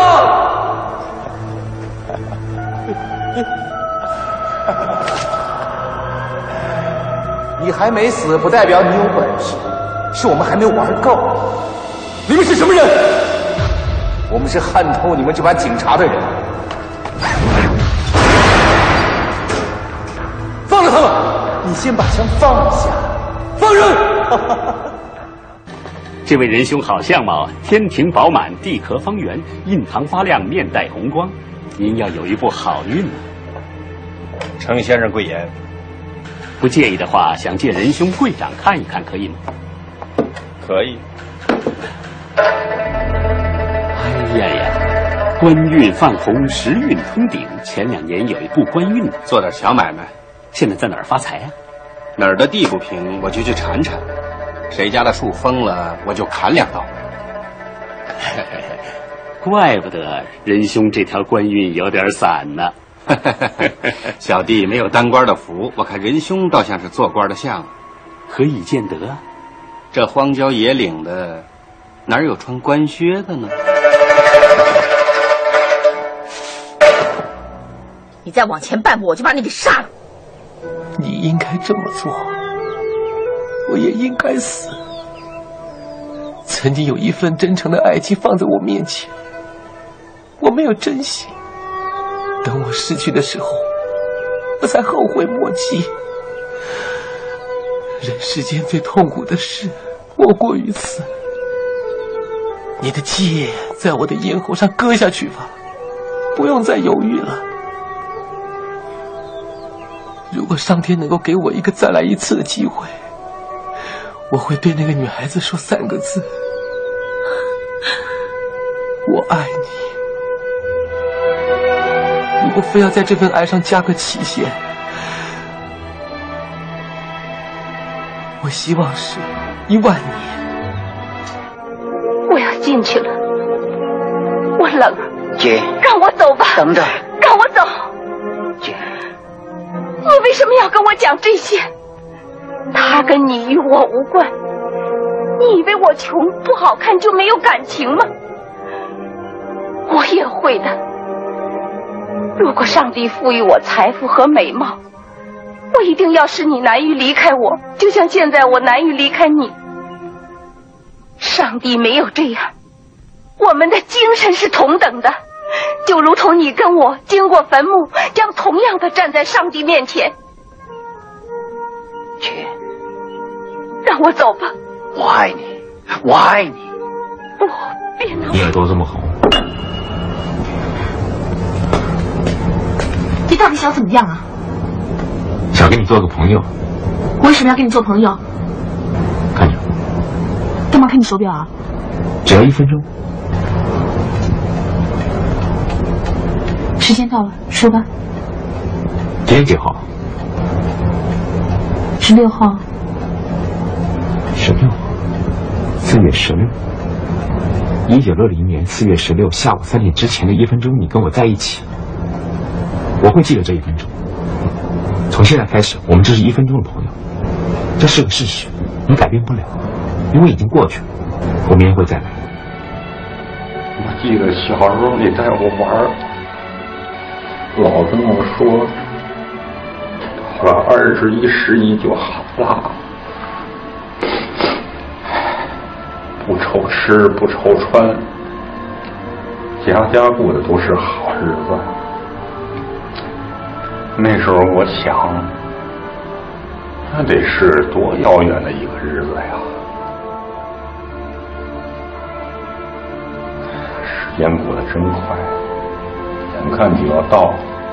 你还没死，不代表你有本事，是我们还没玩够。 你们是什么人？ 我们是看透你们这帮警察的人。 了他们！你先把枪放下，放人！ 这位仁兄好相貌，天庭饱满，地壳方圆，印堂发亮，面带红光，您要有一步好运啊！ 程先生贵言， 不介意的话，想借仁兄贵掌看一看，可以吗？ 可以。 哎呀，官运泛红，时运通顶。前2年有一部官运呢， 做点小买卖。 现在在哪儿发财啊？ 哪儿的地不平，我就去铲铲；谁家的树疯了，我就砍2刀。 怪不得仁兄这条官运有点散呢。 小弟没有当官的福，我看仁兄倒像是做官的相。 何以见得？ 这荒郊野岭的，哪有穿官靴的呢？ 你再往前半步，我就把你给杀了。 你应该这么做，我也应该死。曾经有一份真诚的爱情放在我面前，我没有珍惜，等我失去的时候，我才后悔莫及。人世间最痛苦的事莫过于此。你的剑在我的咽喉上割下去吧，不用再犹豫了。如果上天能够给我一个再来一次的机会，我会对那个女孩子说3个字：我爱你。如果非要在这份爱上加个期限，我希望是10000年。 我要进去了，我冷。 姐， 让我走吧。 等等， 让我走。 姐， 你为什么要跟我讲这些？他跟你与我无关。你以为我穷不好看就没有感情吗？我也会的。如果上帝赋予我财富和美貌，我一定要使你难于离开我，就像现在我难于离开你。上帝没有这样，我们的精神是同等的，就如同你跟我经过坟墓，将同样的站在上帝面前。 姐， 让我走吧。 我爱你，我爱你。 不，别闹。 你耳朵这么红， 你到底想怎么样啊？ 想跟你做个朋友。 我为什么要跟你做朋友？ 看着。 干嘛看你手表啊？ 只要1分钟。 时间到了，说吧。 今天几号 ？16号。 16号，4月16。1960年4月16下午3点之前的1分钟，你跟我在一起，我会记得这1分钟。从现在开始，我们就是1分钟的朋友，这是个事实，你改变不了，因为已经过去了。我明天会再来。 我记得小时候你带我玩，老跟我说，到了21、12就好了，不愁吃不愁穿，家家过的都是好日子。那时候我想，那得是多遥远的一个日子呀！时间过得真快，眼看就要到。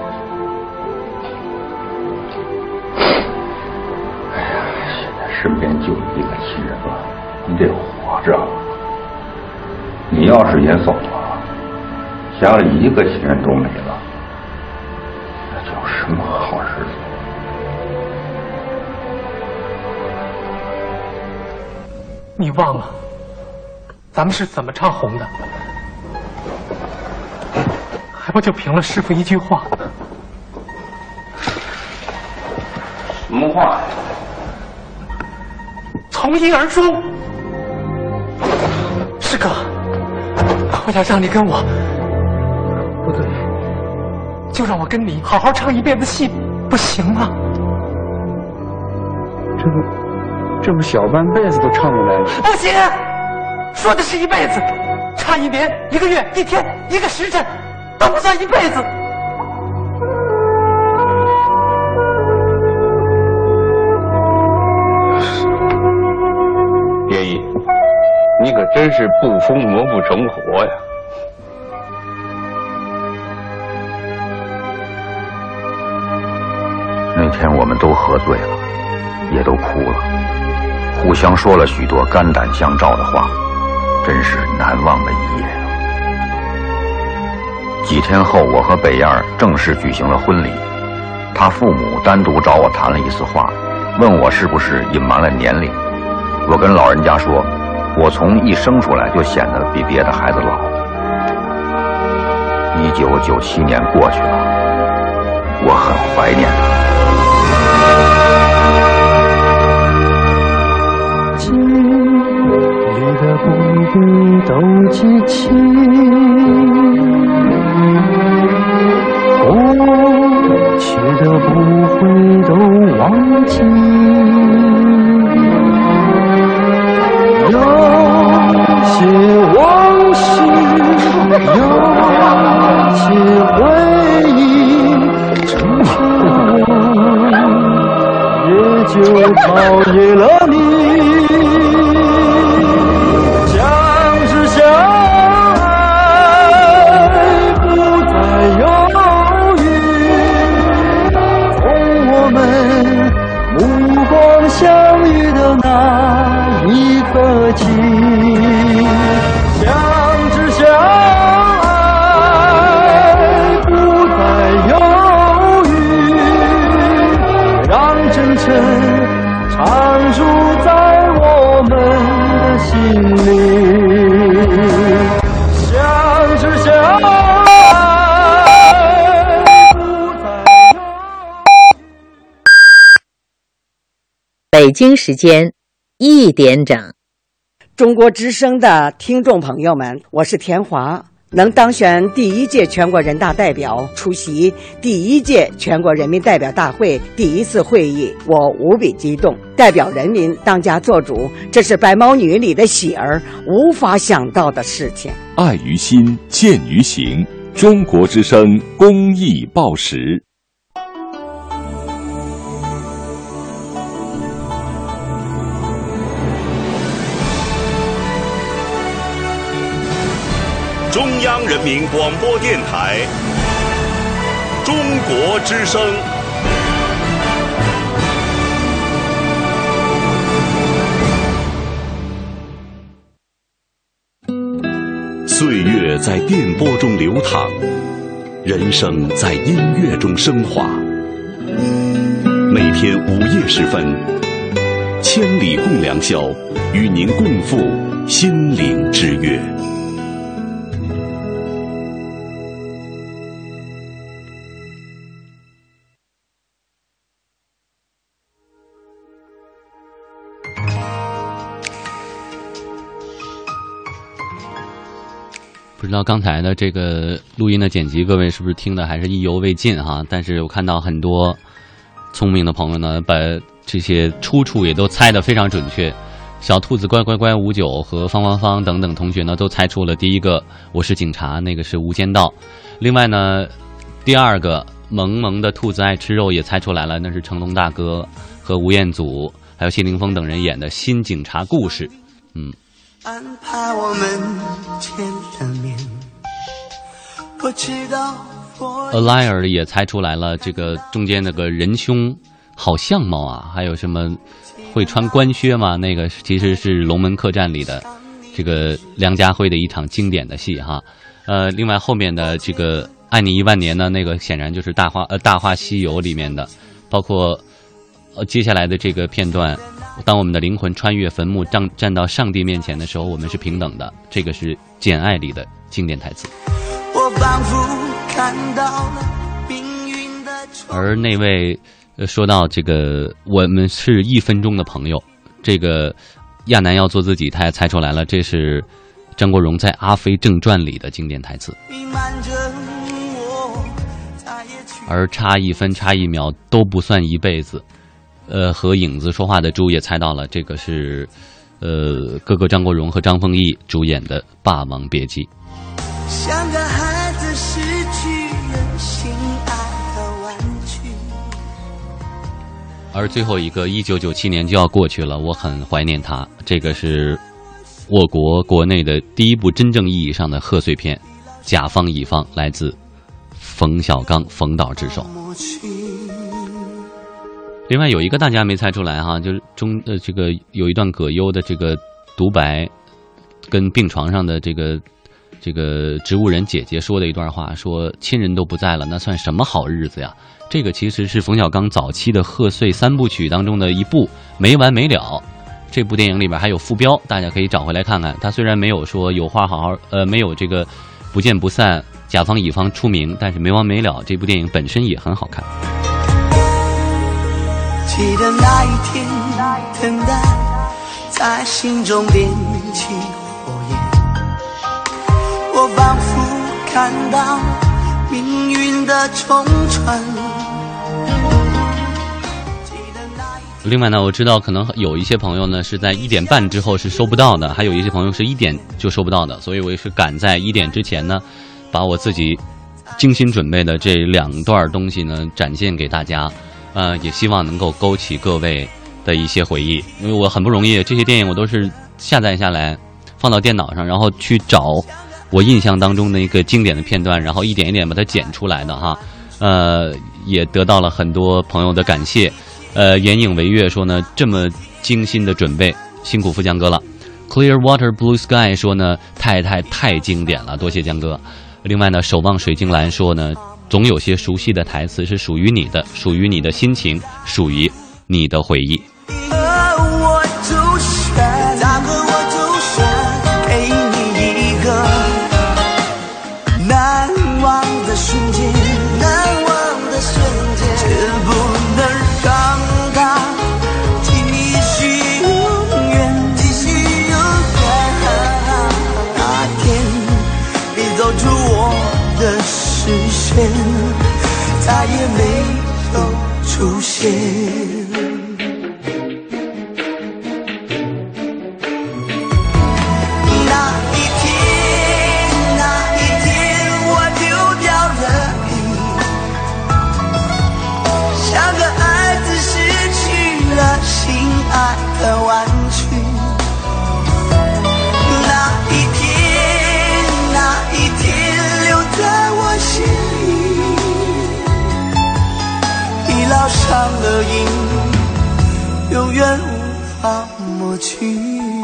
哎呀，现在身边就一个亲人了，你得活着。你要是也走了，家里一个亲人都没了，那叫什么好日子？ 你忘了，咱们是怎么唱红的？还不就凭了师傅一句话？ 什么话呀？ 从一而终。师哥，我要让你跟我，不对，就让我跟你好好唱一辈子戏，不行吗？ 这不小半辈子都唱不来了。 不行，说的是一辈子，差1年、1个月、1天、1个时辰，都不算一辈子。 你可真是不疯魔不成活呀！ 那天我们都喝醉了，也都哭了，互相说了许多肝胆相照的话，真是难忘的一夜。几天后，我和北燕正式举行了婚礼。他父母单独找我谈了一次话，问我是不是隐瞒了年龄。我跟老人家说，我从一生出来就显得比别的孩子老。1997年过去了，我很怀念他。 记里的不必都记起，过去的不会都忘记。有些往事，有些回忆，成全我，也就超越了你。相知相爱，不再犹豫。从我们目光相遇的那一刻起，相知相爱，不再犹豫，让真诚常驻在我们的心里。相知相爱，不再北京时间1点整。 中国之声的听众朋友们，我是田华。能当选第1届全国人大代表，出席第1届全国人民代表大会第1次会议，我无比激动。代表人民当家作主，这是白毛女里的喜儿无法想到的事情。 爱于心，见于行。中国之声公益报时。 中央人民广播电台中国之声。岁月在电波中流淌，人生在音乐中升华。每天午夜时分，千里共良宵，与您共赴心灵之约。 不知道刚才的这个录音的剪辑，各位是不是听的还是意犹未尽哈？但是我看到很多聪明的朋友呢，把这些出处也都猜得非常准确。小兔子乖乖乖59和方方方等等同学呢，都猜出了第一个我是警察，那个是《无间道》。另外呢，第二个萌萌的兔子爱吃肉也猜出来了，那是成龙大哥和吴彦祖还有谢霆锋等人演的新警察故事。 安排我们见了面，我知道 A Liar 也猜出来了，这个中间那个仁兄好相貌啊，还有什么会穿官靴吗？那个其实是《龙门客栈》里的这个梁家辉的一场经典的戏哈。另外后面的这个爱你1万年呢，那个显然就是大话西游里面的，包括接下来的这个片段。当我们的灵魂穿越坟墓站到上帝面前的时候，我们是平等的，这个是《简爱》里的经典台词。 我仿佛看到了命运的而那位说到这个我们是1分钟的朋友，这个亚楠要做自己，他也猜出来了，这是张国荣在《阿飞正传》里的经典台词。而差1分差1秒都不算一辈子。和影子说话的猪也猜到了，这个是哥哥张国荣和张丰毅主演的《霸王别姬》。 像个孩子失去任性爱的玩具。 而最后一个1997年就要过去了，我很怀念他，这个是我国国内的第一部真正意义上的贺岁片《甲方乙方》，来自冯小刚冯导之手。另外有一个大家没猜出来哈，就是这个有一段葛优的这个独白，跟病床上的这个植物人姐姐说的一段话，说亲人都不在了，那算什么好日子呀？这个其实是冯小刚早期的贺岁三部曲当中的一部，没完没了。这部电影里边还有副标，大家可以找回来看看。他虽然没有说有话好好没有这个不见不散甲方乙方出名，但是没完没了这部电影本身也很好看。 记得那一天，等待在心中点起火焰，我仿佛看到命运的冲传。 另外呢，我知道可能有一些朋友呢是在1点半之后是收不到的，还有一些朋友是1点就收不到的，所以我也是赶在1点之前呢，把我自己精心准备的这2段东西呢展现给大家，也希望能够勾起各位的一些回忆，因为我很不容易，这些电影我都是下载下来放到电脑上，然后去找我印象当中的一个经典的片段，然后一点一点把它剪出来的哈，也得到了很多朋友的感谢。眼影为月说呢，这么精心的准备，辛苦富江哥了。Clearwater Blue Sky 说呢，太经典了，多谢江哥。另外呢，守望水晶蓝说呢，总有些熟悉的台词是属于你的，属于你的心情，属于你的回忆。 我就选，大哥我就选给你一个难忘的瞬间，难忘的瞬间，却不能让它继续永远，继续永远。那天你走出我的视线，再也没有出现。的玩具，那一天留在我心里，已烙上了印，永远无法抹去。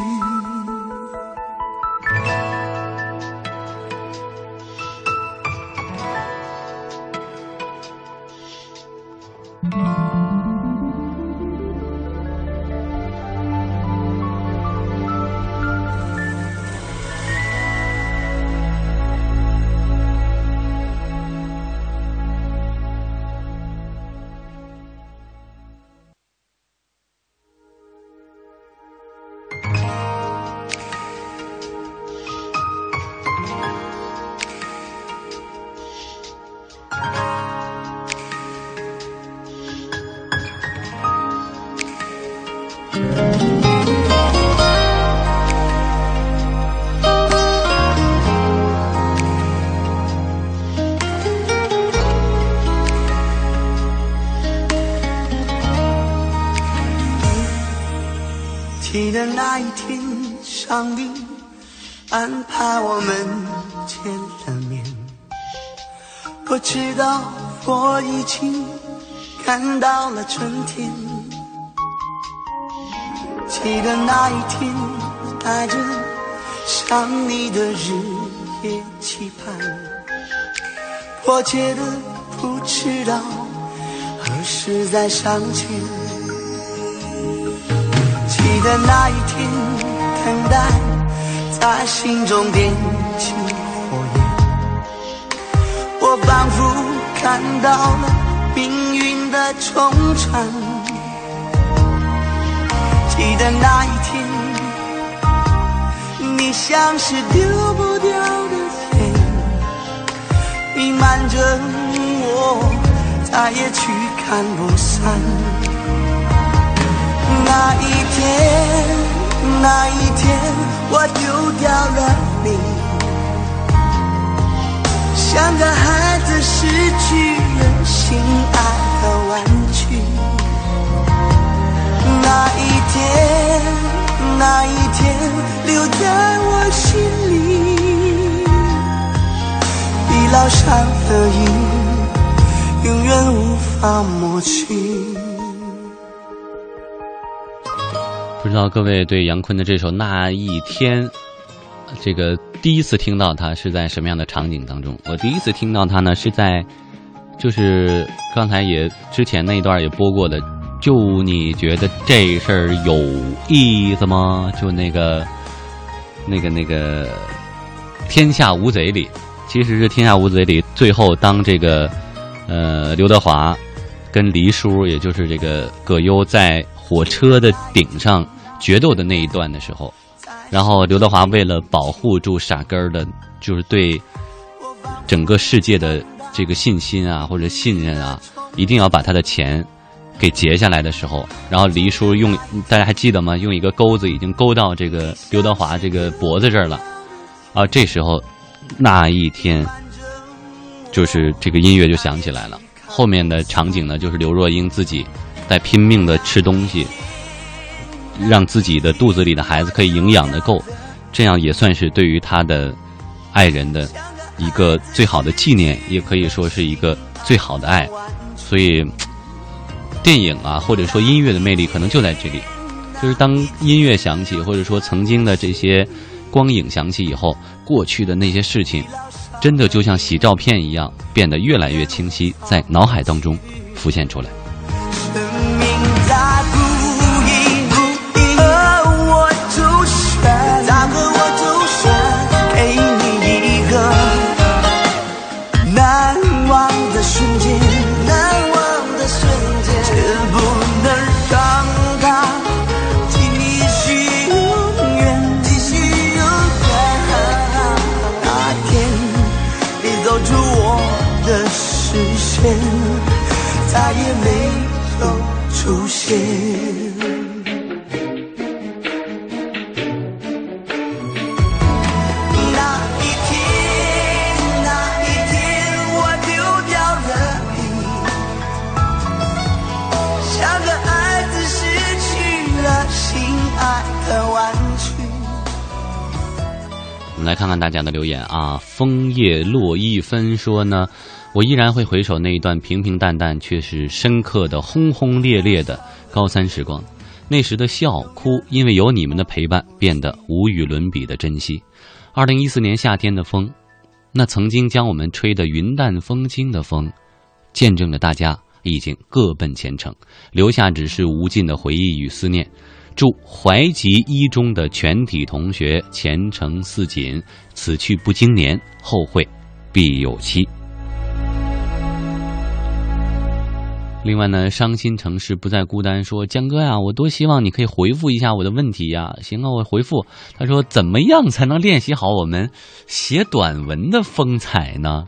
记得那一天，上帝安排我们见了面。我知道我已经看到了春天。记得那一天，带着想你的日夜期盼，迫切的不知道何时再相见。记得那一天，等待在心中点起火焰，我仿佛看到了命运的冲传。记得那一天，你像是丢不掉的线，弥漫着我，再也驱赶不散。那一天，我丢掉了你，像个孩子失去了心爱的玩具。那一天，留在老山的影，永远无法抹去。 不知道各位对杨坤的这首《那一天》，这个第一次听到他是在什么样的场景当中？我第一次听到他呢，是在就是刚才也之前那一段也播过的，就你觉得这事儿有意思吗？就那个天下无贼里，其实是天下无贼里最后当这个刘德华跟黎叔，也就是这个葛优在火车的顶上决斗的那一段的时候，然后刘德华为了保护住傻根儿的，就是对整个世界的这个信心啊或者信任啊，一定要把他的钱给截下来的时候，然后黎叔用，大家还记得吗？用一个钩子已经勾到这个刘德华这个脖子这儿了啊，这时候那一天就是这个音乐就响起来了。后面的场景呢，就是刘若英自己在拼命的吃东西，让自己的肚子里的孩子可以营养的够，这样也算是对于他的爱人的一个最好的纪念，也可以说是一个最好的爱。所以电影啊或者说音乐的魅力可能就在这里，就是当音乐响起，或者说曾经的这些光影响起以后，过去的那些事情真的就像洗照片一样，变得越来越清晰，在脑海当中浮现出来。 再也没有出现。那一天我丢掉了你，像个孩子失去了心爱的玩具。 我们来看看大家的留言啊，枫叶落一分说呢，我依然会回首那一段平平淡淡却是深刻的轰轰烈烈的高三时光，那时的笑哭因为有你们的陪伴变得无与伦比的珍惜。2014年夏天的风，那曾经将我们吹得云淡风轻的风，见证着大家已经各奔前程，留下只是无尽的回忆与思念。祝怀集一中的全体同学前程似锦，此去不经年，后会必有期。另外呢，伤心城市不再孤单说，江哥呀，我多希望你可以回复一下我的问题呀。行啊，我回复。他说怎么样才能练习好我们写短文的风采呢？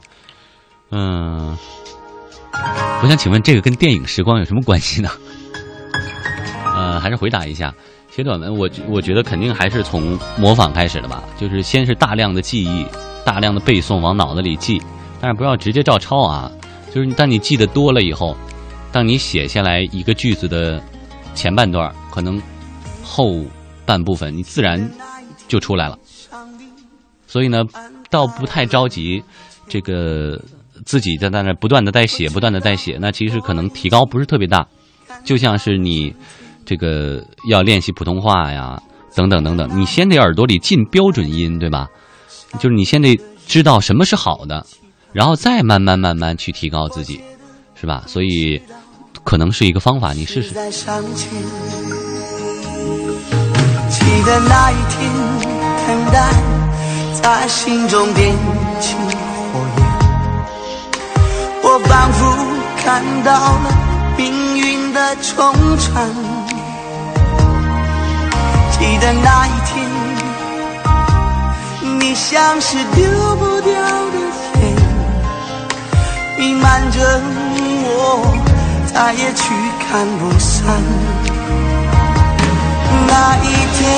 我想请问这个跟电影时光有什么关系呢？还是回答一下，写短文我觉得肯定还是从模仿开始的吧，就是先是大量的记忆，大量的背诵往脑子里记，但是不要直接照抄啊，就是当你记得多了以后，当你写下来一个句子的前半段，可能后半部分你自然就出来了。所以呢，倒不太着急，这个自己在那不断的在写，那其实可能提高不是特别大。就像是你这个要练习普通话呀，等等等等，你先得耳朵里进标准音，对吧？就是你先得知道什么是好的，然后再慢慢去提高自己，是吧？所以可能是一个方法，你试试。 记得那一天，等待在心中点起火焰，我仿佛看到了命运的冲传。记得那一天，你像是丢不掉的天，弥漫着我，再也去看不散。那一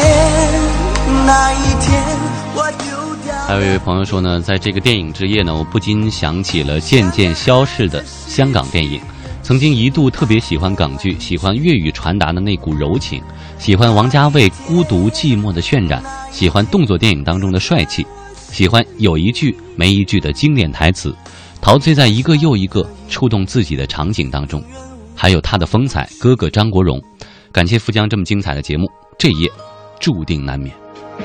天我丢掉。 还有一位朋友说呢，在这个电影之夜呢，我不禁想起了渐渐消逝的香港电影。曾经一度特别喜欢港剧，喜欢粤语传达的那股柔情，喜欢王家卫孤独寂寞的渲染，喜欢动作电影当中的帅气。 喜欢有一句没一句的经典台词，陶醉在一个又一个触动自己的场景当中。还有他的风采，哥哥张国荣。感谢富江这么精彩的节目，这一夜注定难眠。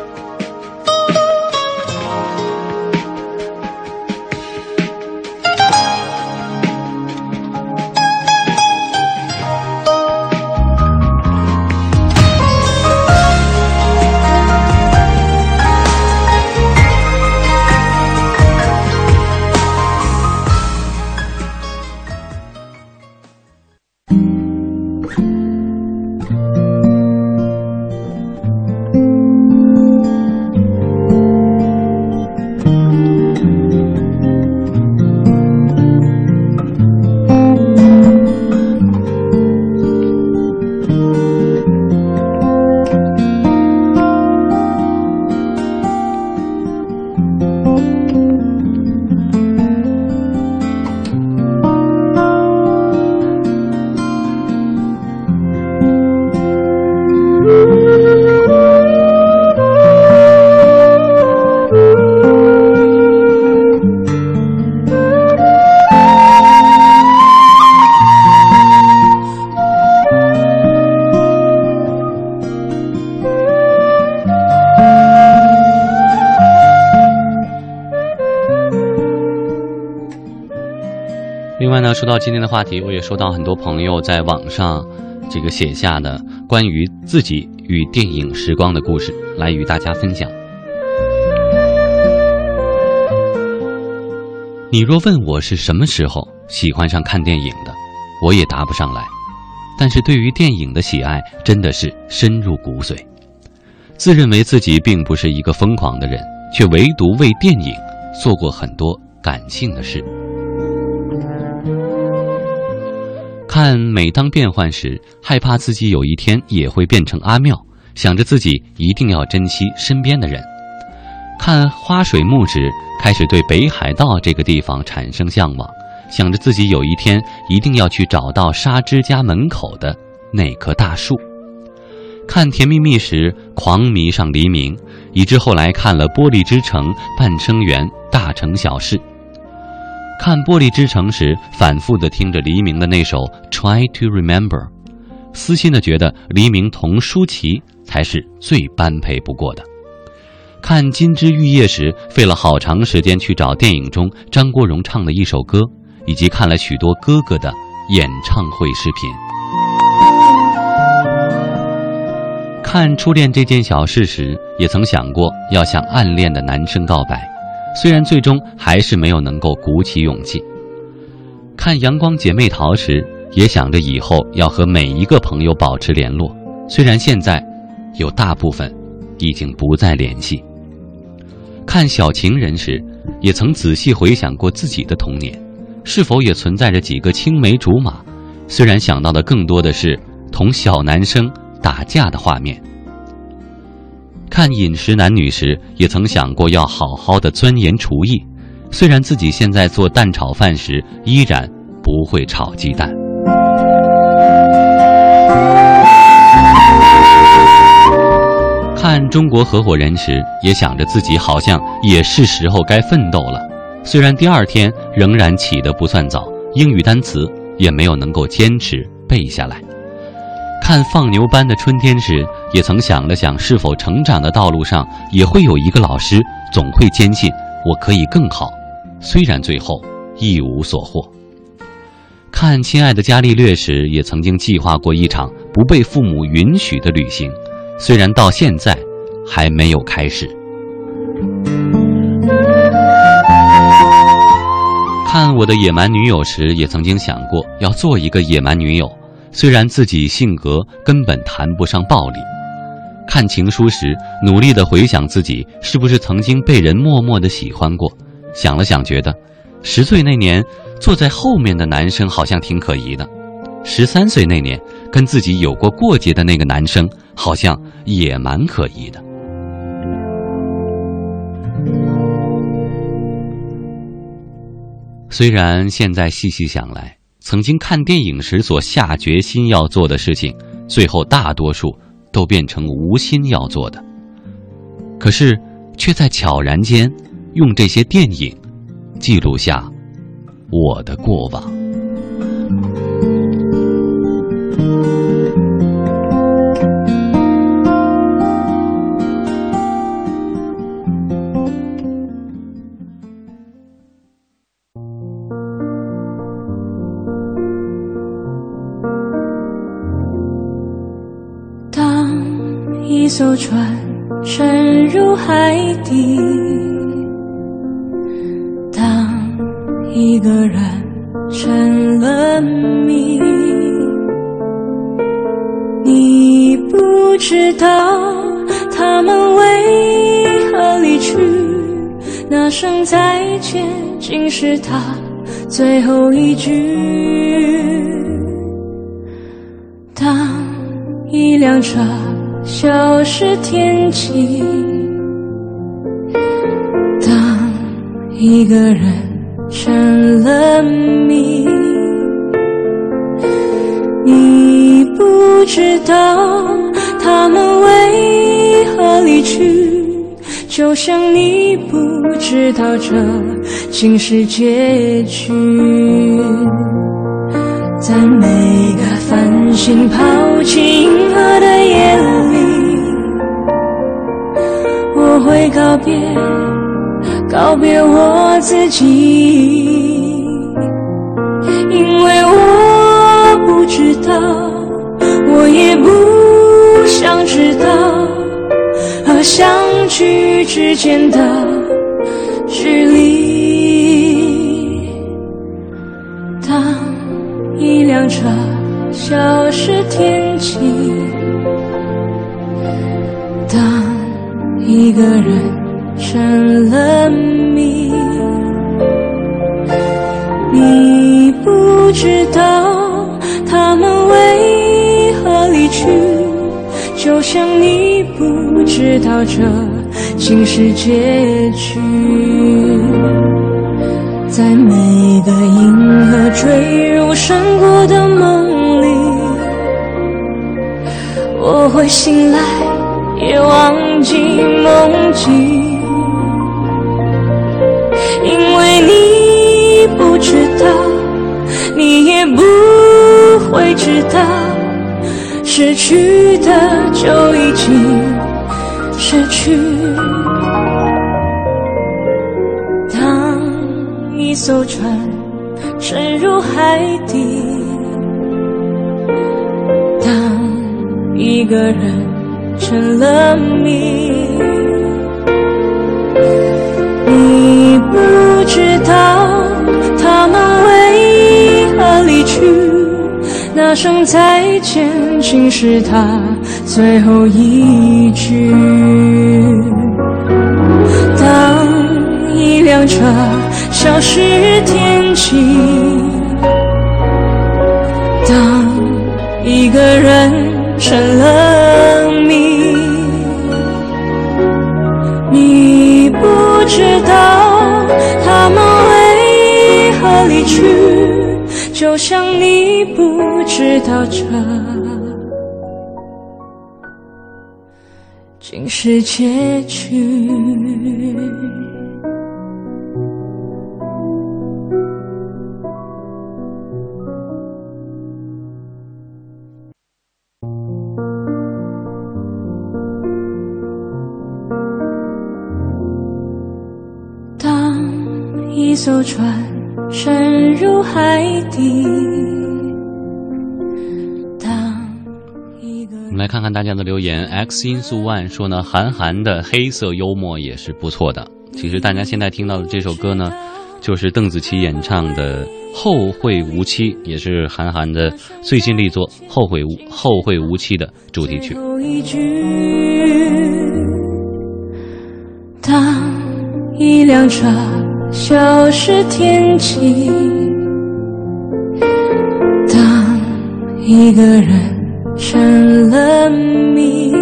另外呢，说到今天的话题，我也收到很多朋友在网上写下的关于自己与电影时光的故事，来与大家分享。你若问我是什么时候喜欢上看电影的，我也答不上来。但是对于电影的喜爱真的是深入骨髓。自认为自己并不是一个疯狂的人，却唯独为电影做过很多感性的事。看《每当变幻时》，害怕自己有一天也会变成阿妙，想着自己一定要珍惜身边的人。看《花水木》时，开始对北海道这个地方产生向往，想着自己有一天一定要去找到沙之家门口的那棵大树。看《甜蜜蜜》时，狂迷上黎明，以致后来看了《玻璃之城》《半生缘》《大城小事》。看《玻璃之城》时，反复地听着黎明的那首 Try to Remember， 私心地觉得黎明同舒淇才是最般配不过的。看《金枝玉叶》时，费了好长时间去找电影中张国荣唱的一首歌，以及看了许多哥哥的演唱会视频。看《初恋这件小事》时，也曾想过要向暗恋的男生告白，虽然最终还是没有能够鼓起勇气。看《阳光姐妹淘》时，也想着以后要和每一个朋友保持联络，虽然现在有大部分已经不再联系。看《小情人》时，也曾仔细回想过自己的童年，是否也存在着几个青梅竹马，虽然想到的更多的是同小男生打架的画面。看《饮食男女》时，也曾想过要好好的钻研厨艺，虽然自己现在做蛋炒饭时依然不会炒鸡蛋。看《中国合伙人》时，也想着自己好像也是时候该奋斗了，虽然第二天仍然起得不算早，英语单词也没有能够坚持背下来。看放牛班的春天时，也曾想了想，是否成长的道路上也会有一个老师总会坚信我可以更好，虽然最后一无所获。看亲爱的伽利略时，也曾经计划过一场不被父母允许的旅行，虽然到现在还没有开始。看我的野蛮女友时，也曾经想过要做一个野蛮女友，虽然自己性格根本谈不上暴力。看情书时，努力地回想自己是不是曾经被人默默地喜欢过，想了想觉得10岁那年坐在后面的男生好像挺可疑的，13岁那年跟自己有过过节的那个男生好像也蛮可疑的。虽然现在细细想来，曾经看电影时所下决心要做的事情，最后大多数都变成无心要做的，可是却在悄然间用这些电影记录下我的过往。 一艘船沉入海底，当一个人成了谜，你不知道他们为何离去，那声再见竟是他最后一句。当一辆车消失天际，当一个人成了谜，你不知道他们为何离去，就像你不知道这竟是结局。在每个繁星抛弃银河的夜里，我会告别我自己，因为我不知道，我也不想知道和相聚之间的距离。当一辆车消失天际，当一个人成了谜，你不知道他们为何离去，就像你不知道这竟是结局。在每个银河坠入山谷的梦里，我会醒来也忘记梦境，因为你不知道，你也不会知道，失去的就已经失去。当一艘船沉入海底，当一个人成了谜，你不知道他们为何离去，那声再见竟是他最后一句。当一辆车消失天际，当一个人成了谜，你不知道他们为何离去，就像你不知道这竟是结局。一艘船沉入海底， 我们来看看大家的留言。 X 因素 1 说呢，韩寒的黑色幽默也是不错的。其实大家现在听到的这首歌呢，就是邓紫棋演唱的《后会无期》，也是韩寒的最新力作《后会无期》的主题曲。 当一辆车消失天际，当一个人成了谜，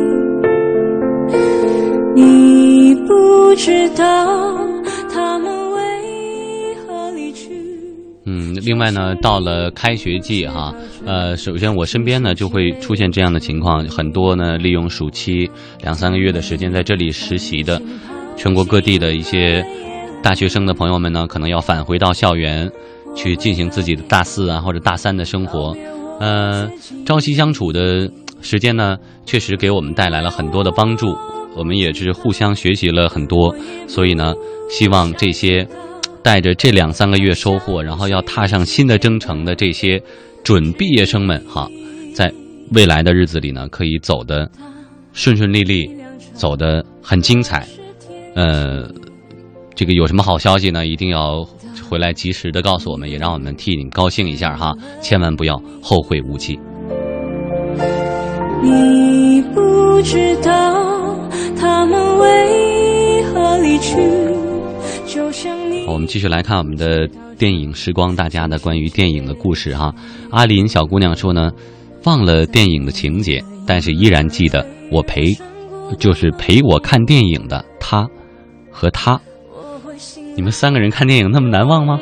你不知道他们为何离去。 另外呢，到了开学季哈，首先我身边呢就会出现这样的情况，很多呢利用暑期2-3个月的时间在这里实习的全国各地的一些大学生的朋友们呢，可能要返回到校园去进行自己的大4啊或者大3的生活。朝夕相处的时间呢，确实给我们带来了很多的帮助，我们也是互相学习了很多。所以呢，希望这些带着这2-3个月收获，然后要踏上新的征程的这些准毕业生们哈，在未来的日子里呢，可以走得顺顺利利，走得很精彩。这个有什么好消息呢，一定要回来及时的告诉我们，也让我们替你高兴一下哈，千万不要后会无期。 你不知道他们为何离去，就像你。 我们继续来看我们的电影时光大家的关于电影的故事哈。阿林小姑娘说呢，忘了电影的情节，但是依然记得就是陪我看电影的他和他。你们3个人看电影那么难忘吗？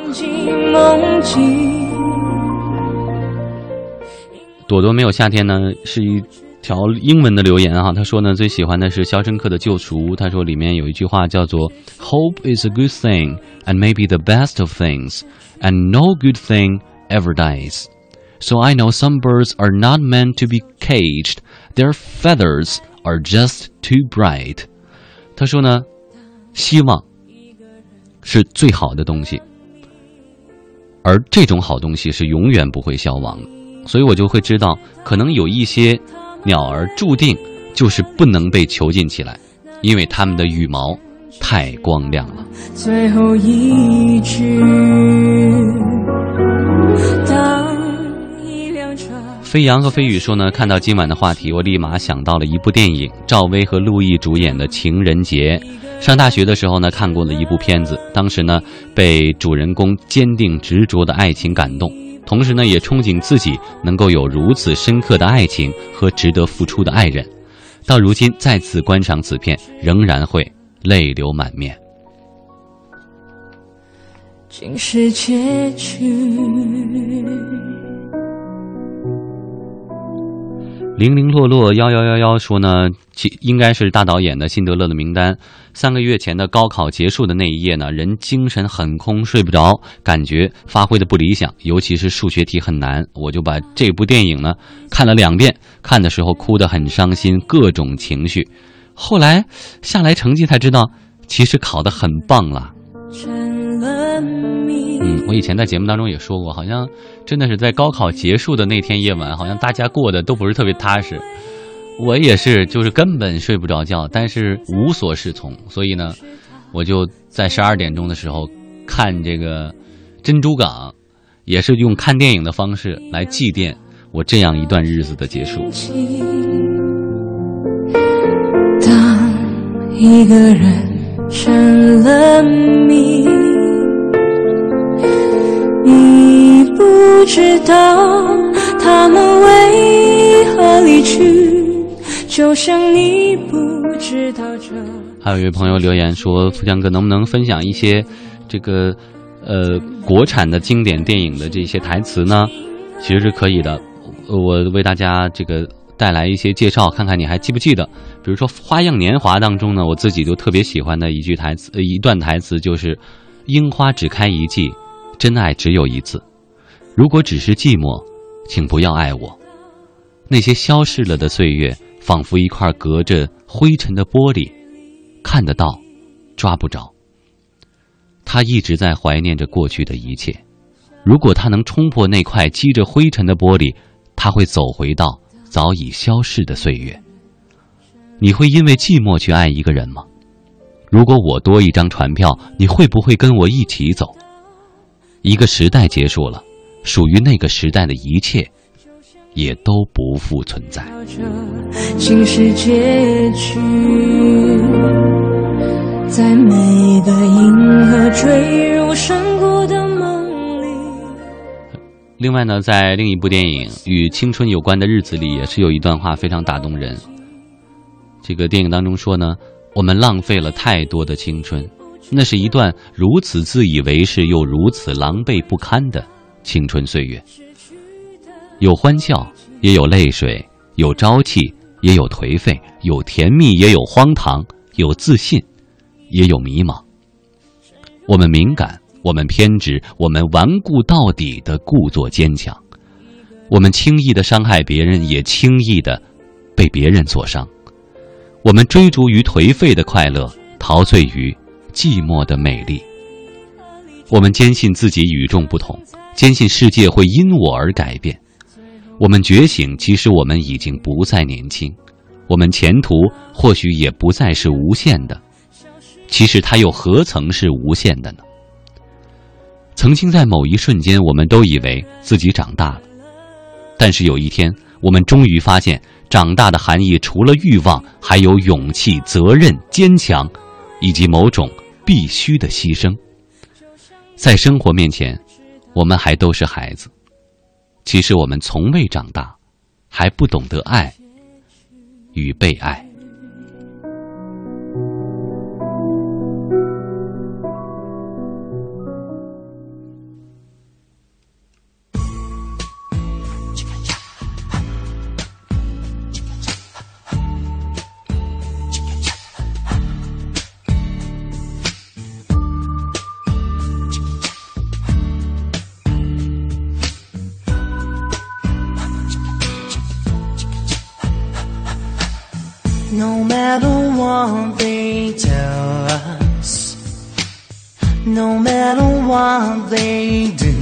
朵朵没有夏天呢，是一条英文的留言哈。他说呢，最喜欢的是《肖申克的救赎》。他说里面有一句话叫做 Hope is a good thing and maybe the best of things and no good thing ever dies. So I know some birds are not meant to be caged. Their feathers are just too bright. 他说呢，希望是最好的东西，而这种好东西是永远不会消亡的。所以我就会知道，可能有一些鸟儿注定就是不能被囚禁起来，因为它们的羽毛太光亮了。 最后一句，当一辆车。 飞扬和飞宇说呢，看到今晚的话题，我立马想到了一部电影，赵薇和陆毅主演的《情人节》。上大学的时候呢，看过了一部片子，当时呢被主人公坚定执着的爱情感动，同时呢也憧憬自己能够有如此深刻的爱情和值得付出的爱人。到如今再次观赏此片，仍然会泪流满面。 竟是结局。 零零落落1111说呢，应该是大导演的辛德勒的名单。3个月前的高考结束的那一夜呢，人精神很空，睡不着，感觉发挥的不理想，尤其是数学题很难。我就把这部电影呢看了2遍，看的时候哭得很伤心，各种情绪。后来下来成绩才知道，其实考得很棒了。我以前在节目当中也说过，好像真的是在高考结束的那天夜晚，好像大家过得都不是特别踏实。我也是，就是根本睡不着觉，但是无所适从，所以呢，我就在12点钟的时候看这个《珍珠港》，也是用看电影的方式来祭奠我这样一段日子的结束。 当一个人成了谜，你不知道他们为何离去，就像你不知道这。 还有一位朋友留言说，富强哥能不能分享一些这个国产的经典电影的这些台词呢？其实是可以的，我为大家这个带来一些介绍，看看你还记不记得。比如说《花样年华》当中呢，我自己就特别喜欢的一段台词就是樱花只开一季，真爱只有一次，如果只是寂寞，请不要爱我。那些消逝了的岁月，仿佛一块隔着灰尘的玻璃，看得到，抓不着。他一直在怀念着过去的一切，如果他能冲破那块积着灰尘的玻璃，他会走回到早已消逝的岁月。你会因为寂寞去爱一个人吗？如果我多一张船票，你会不会跟我一起走？一个时代结束了，属于那个时代的一切也都不复存在。 竟是结局，在每个银河坠入山谷的梦里。 另外呢，在另一部电影与青春有关的日子里，也是有一段话非常打动人。这个电影当中说呢，我们浪费了太多的青春，那是一段如此自以为是又如此狼狈不堪的青春岁月。有欢笑，也有泪水，有朝气，也有颓废，有甜蜜，也有荒唐，有自信， 也有迷茫。我们敏感，我们偏执，我们顽固到底的故作坚强，我们轻易的伤害别人，也轻易的被别人所伤。我们追逐于颓废的快乐，陶醉于寂寞的美丽。我们坚信自己与众不同，坚信世界会因我而改变。我们觉醒，其实我们已经不再年轻。我们前途或许也不再是无限的，其实它又何曾是无限的呢？曾经在某一瞬间，我们都以为自己长大了，但是有一天，我们终于发现，长大的含义除了欲望，还有勇气、责任、坚强，以及某种必须的牺牲。在生活面前，我们还都是孩子。其实我们从未长大，还不懂得爱与被爱。 No matter what they tell us, no matter what they do,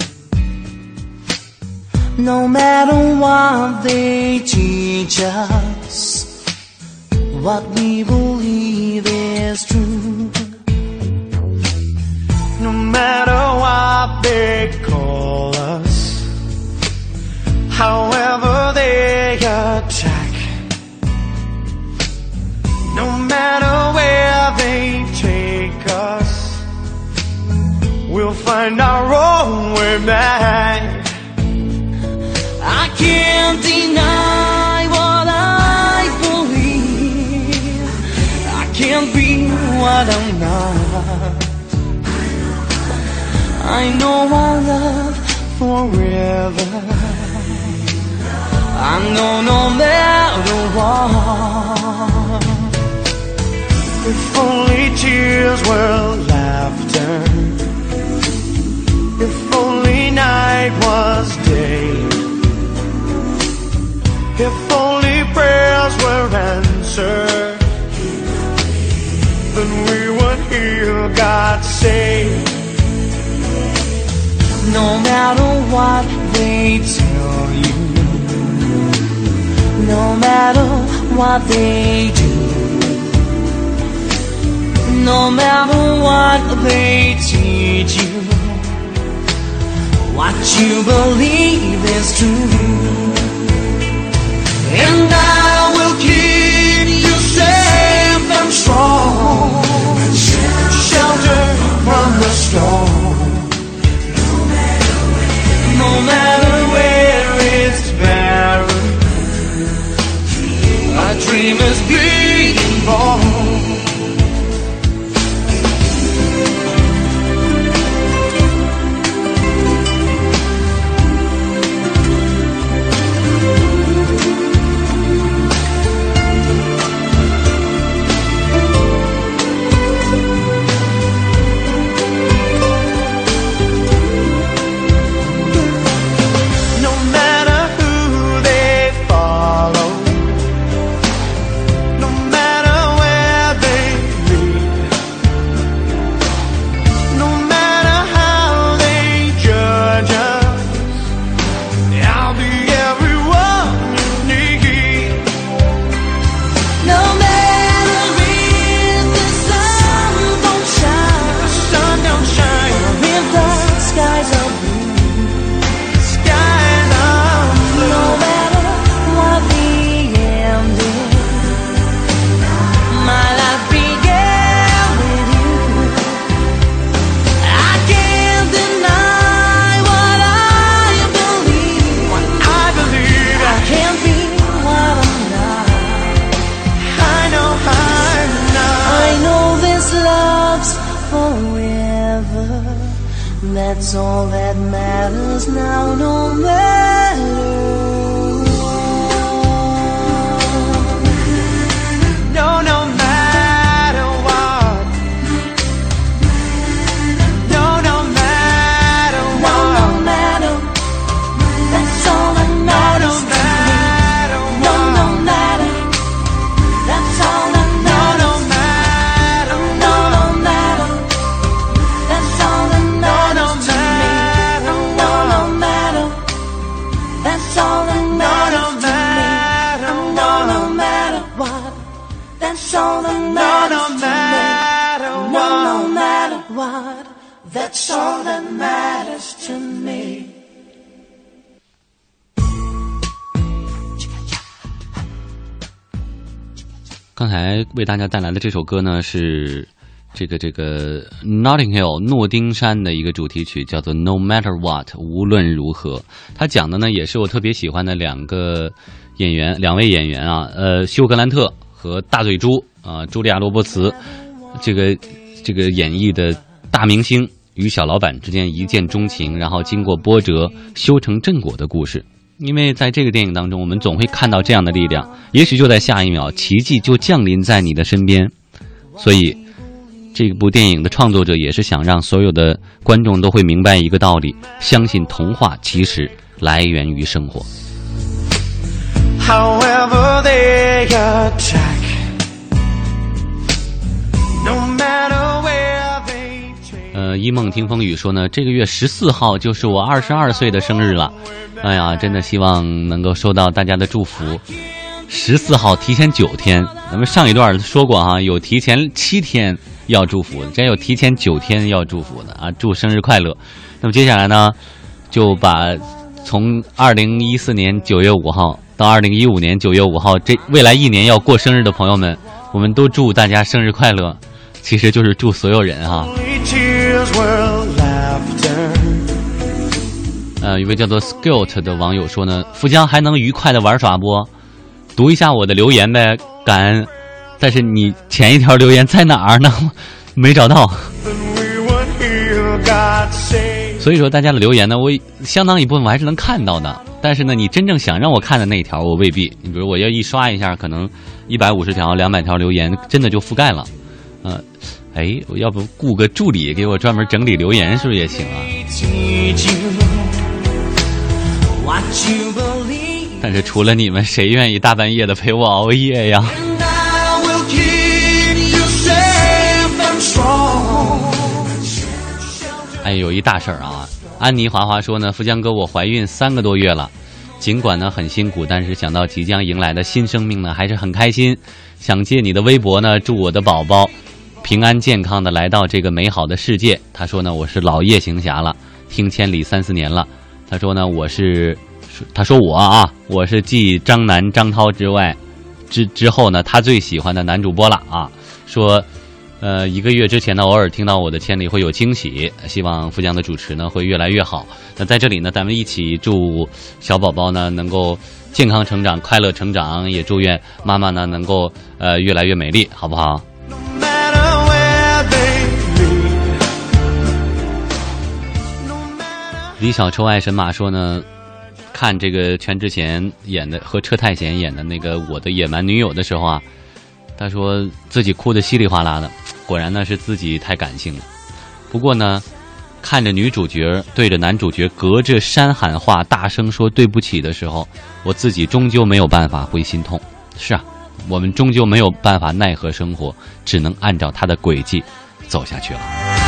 no matter what they teach us, what we believe is true. No matter what they call us, however they attack,No matter where they take us, we'll find our own way back. I can't deny what I believe. I can't be what I'm not. I know our love forever. I know no matter what.If only tears were laughter, if only night was day, if only prayers were answered, then we would hear God say, no matter what they tell you, no matter what they do,No matter what they teach you, what you believe is true. And I will keep you safe and strong, shelter from the storm. No matter where it's barren, a dream is being forever.That's all that matters now, no matter what. No matter what. That's all that matters to me. 刚才为大家带来的这首歌呢，是这个 Notting Hill 诺丁山的一个主题曲，叫做 No Matter What 无论如何。它讲的呢，也是我特别喜欢的两位演员啊，休格兰特和大嘴猪啊，茱莉亚·罗伯茨，这个演绎的大明星与小老板之间一见钟情，然后经过波折修成正果的故事。因为在这个电影当中，我们总会看到这样的力量，也许就在下一秒，奇迹就降临在你的身边。所以这部电影的创作者也是想让所有的观众都会明白一个道理，相信童话其实来源于生活。 However they attack, no matter where they 一梦听风雨说呢，这个月14号就是我22岁的生日了。哎呀，真的希望能够收到大家的祝福。14号提前9天，咱们上一段说过哈，有提前7天要祝福的，真有提前9天要祝福的啊！祝生日快乐。那么接下来呢，就把从2014年9月5号到2015年9月5号这未来一年要过生日的朋友们，我们都祝大家生日快乐。其实就是祝所有人哈。一位叫做 Skilt 的网友说呢，富江还能愉快的玩耍不？读一下我的留言呗，感恩。但是你前一条留言在哪儿呢？没找到。所以说大家的留言呢，我相当一部分我还是能看到的。但是呢，你真正想让我看的那一条，我未必。你比如我要一刷一下，可能150条、200条留言，真的就覆盖了。我要不雇个助理给我专门整理留言，是不是也行啊？但是除了你们，谁愿意大半夜的陪我熬夜呀？有一大事儿啊！安妮华华说呢，富江哥，我怀孕3个多月了，尽管呢很辛苦，但是想到即将迎来的新生命呢，还是很开心。想借你的微博呢，祝我的宝宝平安健康的来到这个美好的世界。他说呢，我是老夜行侠了，听千里3、4年了。他说呢，我是继张楠、张涛之外之后呢，他最喜欢的男主播了啊。说1个月之前呢，偶尔听到我的千里会有惊喜，希望富江的主持呢会越来越好。那在这里呢，咱们一起祝小宝宝呢能够健康成长、快乐成长，也祝愿妈妈呢能够越来越美丽，好不好？李小抽爱神马说呢，看这个全智贤演的和车太贤演的那个《我的野蛮女友》的时候啊，他说自己哭得稀里哗啦的，果然呢是自己太感性了。不过呢，看着女主角对着男主角隔着山喊话大声说对不起的时候，我自己终究没有办法会心痛。是啊，我们终究没有办法奈何生活，只能按照他的轨迹走下去了。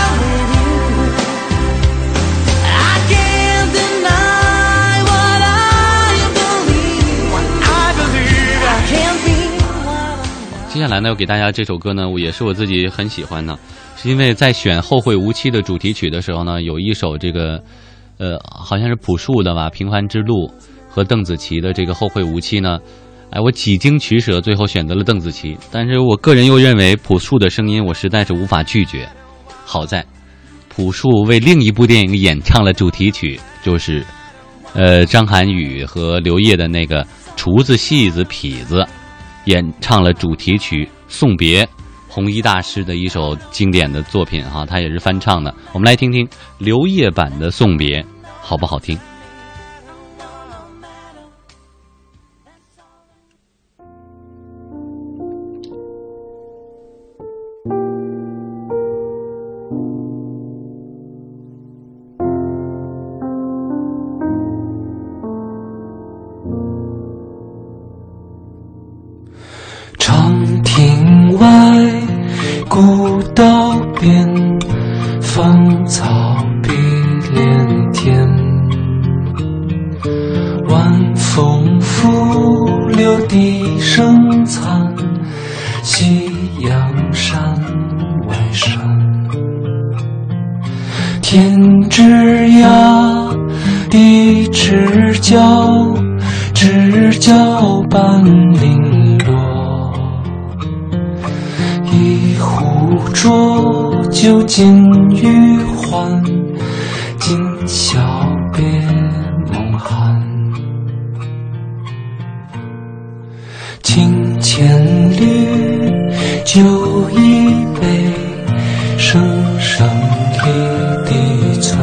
接下来呢，我给大家这首歌呢，也是我自己很喜欢的，是因为在选《后会无期》的主题曲的时候呢，有一首这个，好像是朴树的吧，《平凡之路》和邓紫棋的这个《后会无期》呢，我几经取舍，最后选择了邓紫棋，但是我个人又认为朴树的声音我实在是无法拒绝。好在，朴树为另一部电影演唱了主题曲，就是张涵予和刘烨的那个厨子、戏子、痞子。演唱了主题曲《送别》，红衣大师的一首经典的作品哈，他也是翻唱的。我们来听听刘烨版的《送别》，好不好听？ 古道边，芳草碧连天，晚风拂柳笛声残，夕阳山外山， 天之涯，地之角，知交半零落。一壶浊酒尽余欢，今宵别梦寒。情千缕，酒一杯，声声离滴催。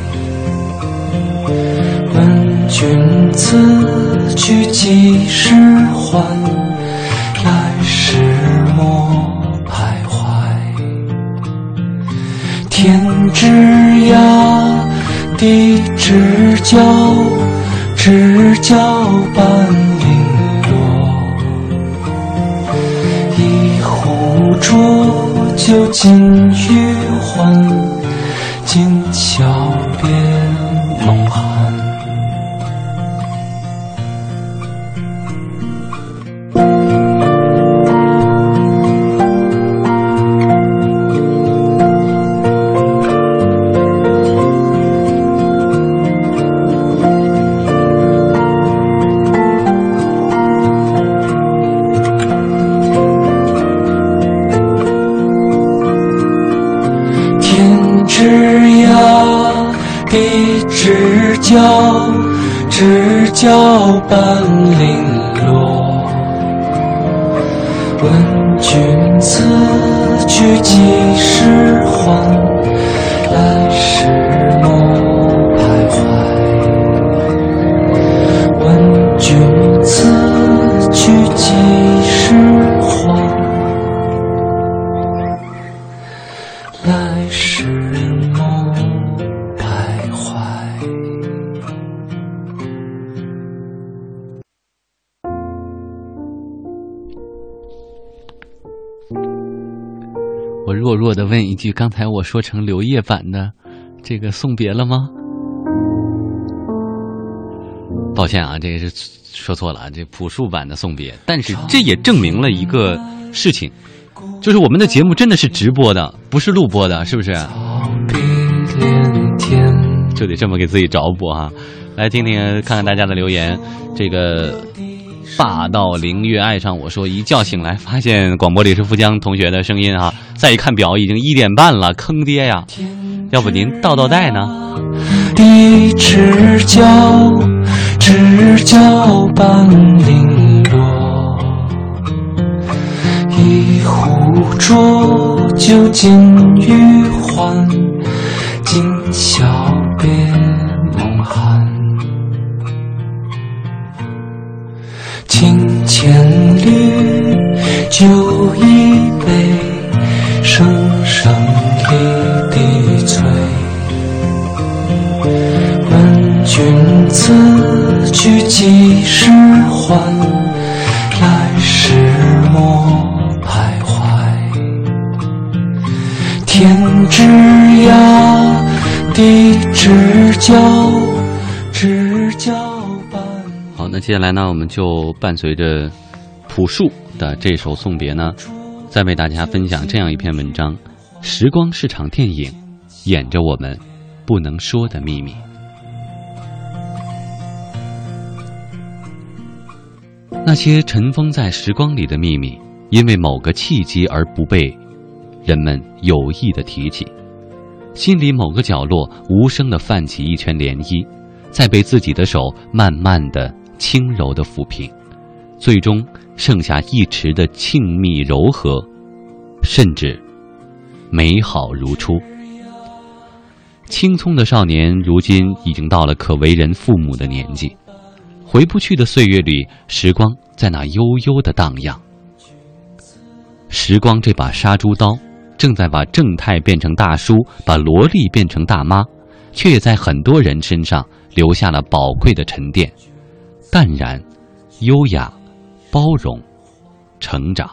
问君此去几时还？来时莫徘徊。天之涯，地之角，知交半零落。一壶浊酒尽余欢，今宵别梦寒。知交半零落。问君此去几时还？来时莫徘徊。问君此去几时还？来时莫徘徊。 我弱弱的问一句，刚才我说成刘烨版的这个送别了吗？抱歉啊，这个是说错了，这朴树版的送别。但是这也证明了一个事情，就是我们的节目真的是直播的，不是录播的，是不是？就得这么给自己找补哈。来听听看看大家的留言。这个霸道凌月爱上我说，一觉醒来发现广播里是富江同学的声音哈，再一看表已经1点半了，坑爹呀！要不您倒带呢？ 地之角，知交半零落。一壶浊酒尽余欢，今宵别梦寒。情千缕，酒一杯，声声离滴催。问君此去几时还？来时莫徘徊。天之涯，地之角，知交半。 好，那接下来呢，我们就伴随着朴树的这首送别呢，再为大家分享这样一篇文章：时光是场电影，演着我们不能说的秘密。那些尘封在时光里的秘密，因为某个契机而不被人们有意地提起，心里某个角落无声地泛起一圈涟漪，再被自己的手慢慢地轻柔地抚平，最终剩下一池的静谧柔和，甚至美好如初。青葱的少年如今已经到了可为人父母的年纪，回不去的岁月里，时光在那悠悠地荡漾。时光这把杀猪刀正在把正太变成大叔，把萝莉变成大妈，却也在很多人身上留下了宝贵的沉淀，淡然、优雅、包容、成长。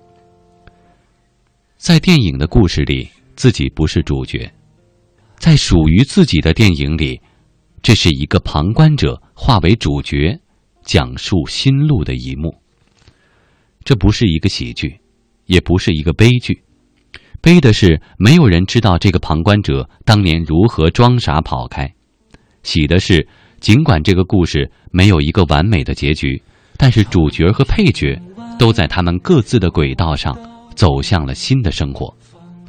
在电影的故事里，自己不是主角，在属于自己的电影里，这是一个旁观者化为主角，讲述心路的一幕。这不是一个喜剧，也不是一个悲剧， 悲的是没有人知道这个旁观者当年如何装傻跑开；喜的是尽管这个故事没有一个完美的结局，但是主角和配角都在他们各自的轨道上走向了新的生活。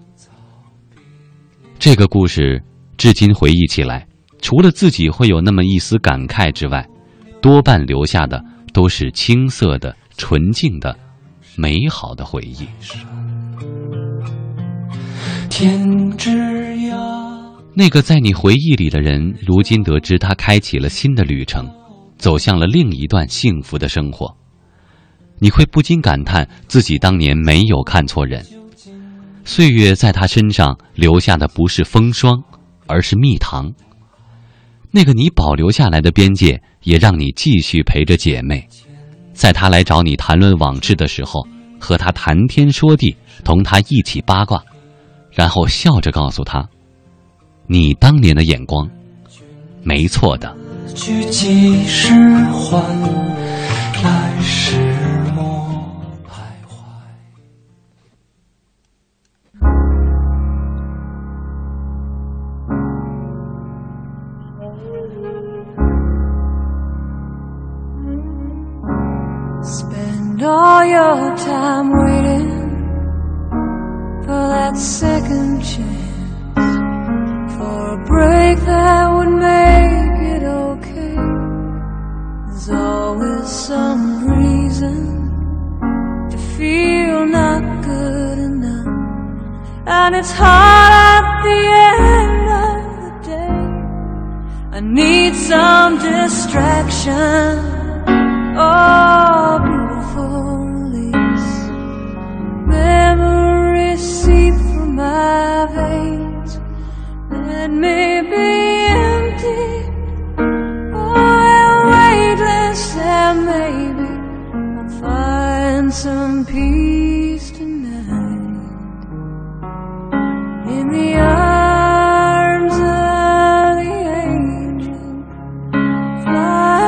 这个故事至今回忆起来，除了自己会有那么一丝感慨之外，多半留下的都是青涩的、纯净的、美好的回忆。天之涯，那个在你回忆里的人，如今得知他开启了新的旅程，走向了另一段幸福的生活。你会不禁感叹自己当年没有看错人，岁月在他身上留下的不是风霜，而是蜜糖。那个你保留下来的边界，也让你继续陪着姐妹，在他来找你谈论往事的时候，和他谈天说地，同他一起八卦，然后笑着告诉他，你当年的眼光没错的。 去几时还，来时莫徘徊。 Spend all your time waiting for that second chance, for a break that would make it okay. There's always some reason to feel not good enough, and it's hard at the end of the day. I need some distraction, oh, beautiful release. Memories seep through my veins, let me be empty, oh, weightless, and maybe I'll find some peace tonight in the arms of the angel. Fly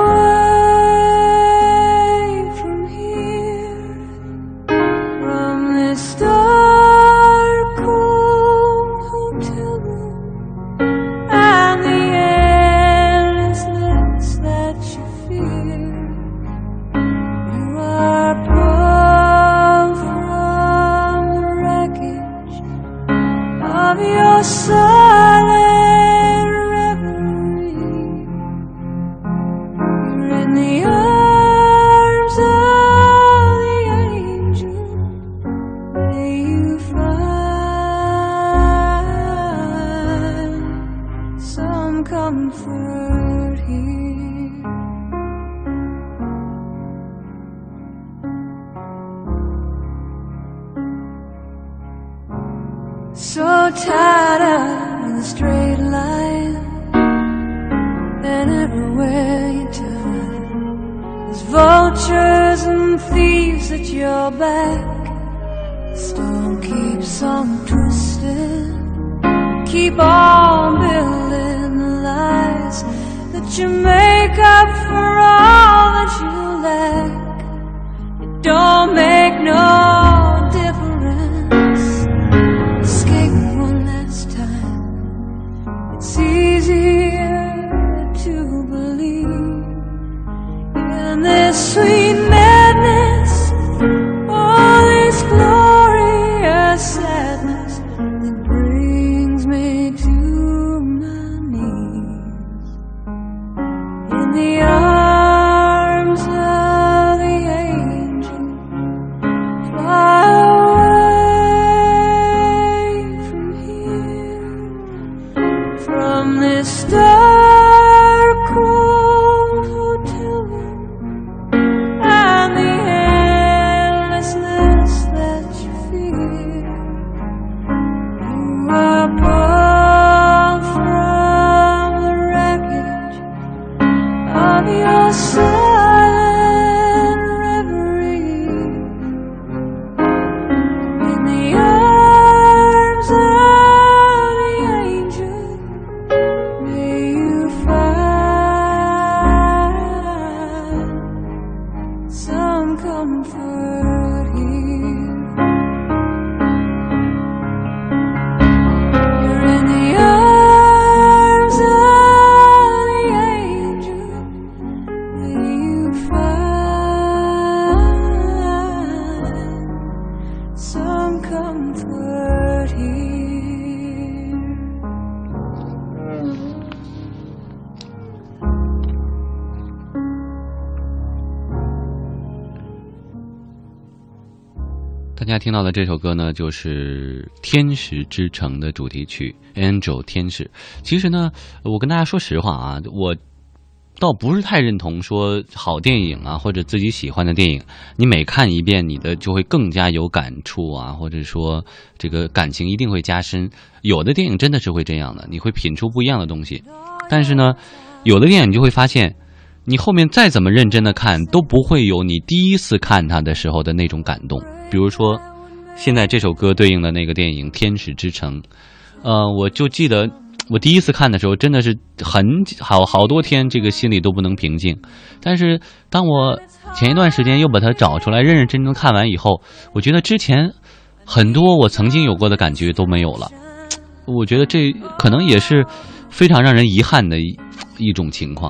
away from here, from this dark, cold hotel room, and the endlessness that you fear. You are pulled from the wreckage of your silent reverie. You're in the arms of the angel. May you find some comfort here. So tied up in a straight line, and everywhere you turn, there's vultures and thieves at your back. The storm keeps on twisting, keep on building the lies that you make up for all that you lack. It don't make no difference. Escape one last time. It's easier to believe in this sweet madness, all this glorious sadness that brings me to my knees in the arms of the angel. Fly away from here, from this dark, cold hotel room, and the endlessness that you fear. You are pulled from the wreckage of your silent reverie, in the arms of the angel. May you find some comfort here. 大家听到的这首歌呢，就是《天使之城》的主题曲《Angel》天使。其实呢，我跟大家说实话啊，我倒不是太认同说好电影啊，或者自己喜欢的电影，你每看一遍，你的就会更加有感触啊，或者说这个感情一定会加深。有的电影真的是会这样的，你会品出不一样的东西。但是呢，有的电影你就会发现，你后面再怎么认真的看，都不会有你第一次看它的时候的那种感动。比如说，现在这首歌对应的那个电影《天使之城》，我就记得我第一次看的时候，真的是好多天，这个心里都不能平静。但是当我前一段时间又把它找出来，认认真真看完以后，我觉得之前很多我曾经有过的感觉都没有了。我觉得这可能也是非常让人遗憾的一种情况。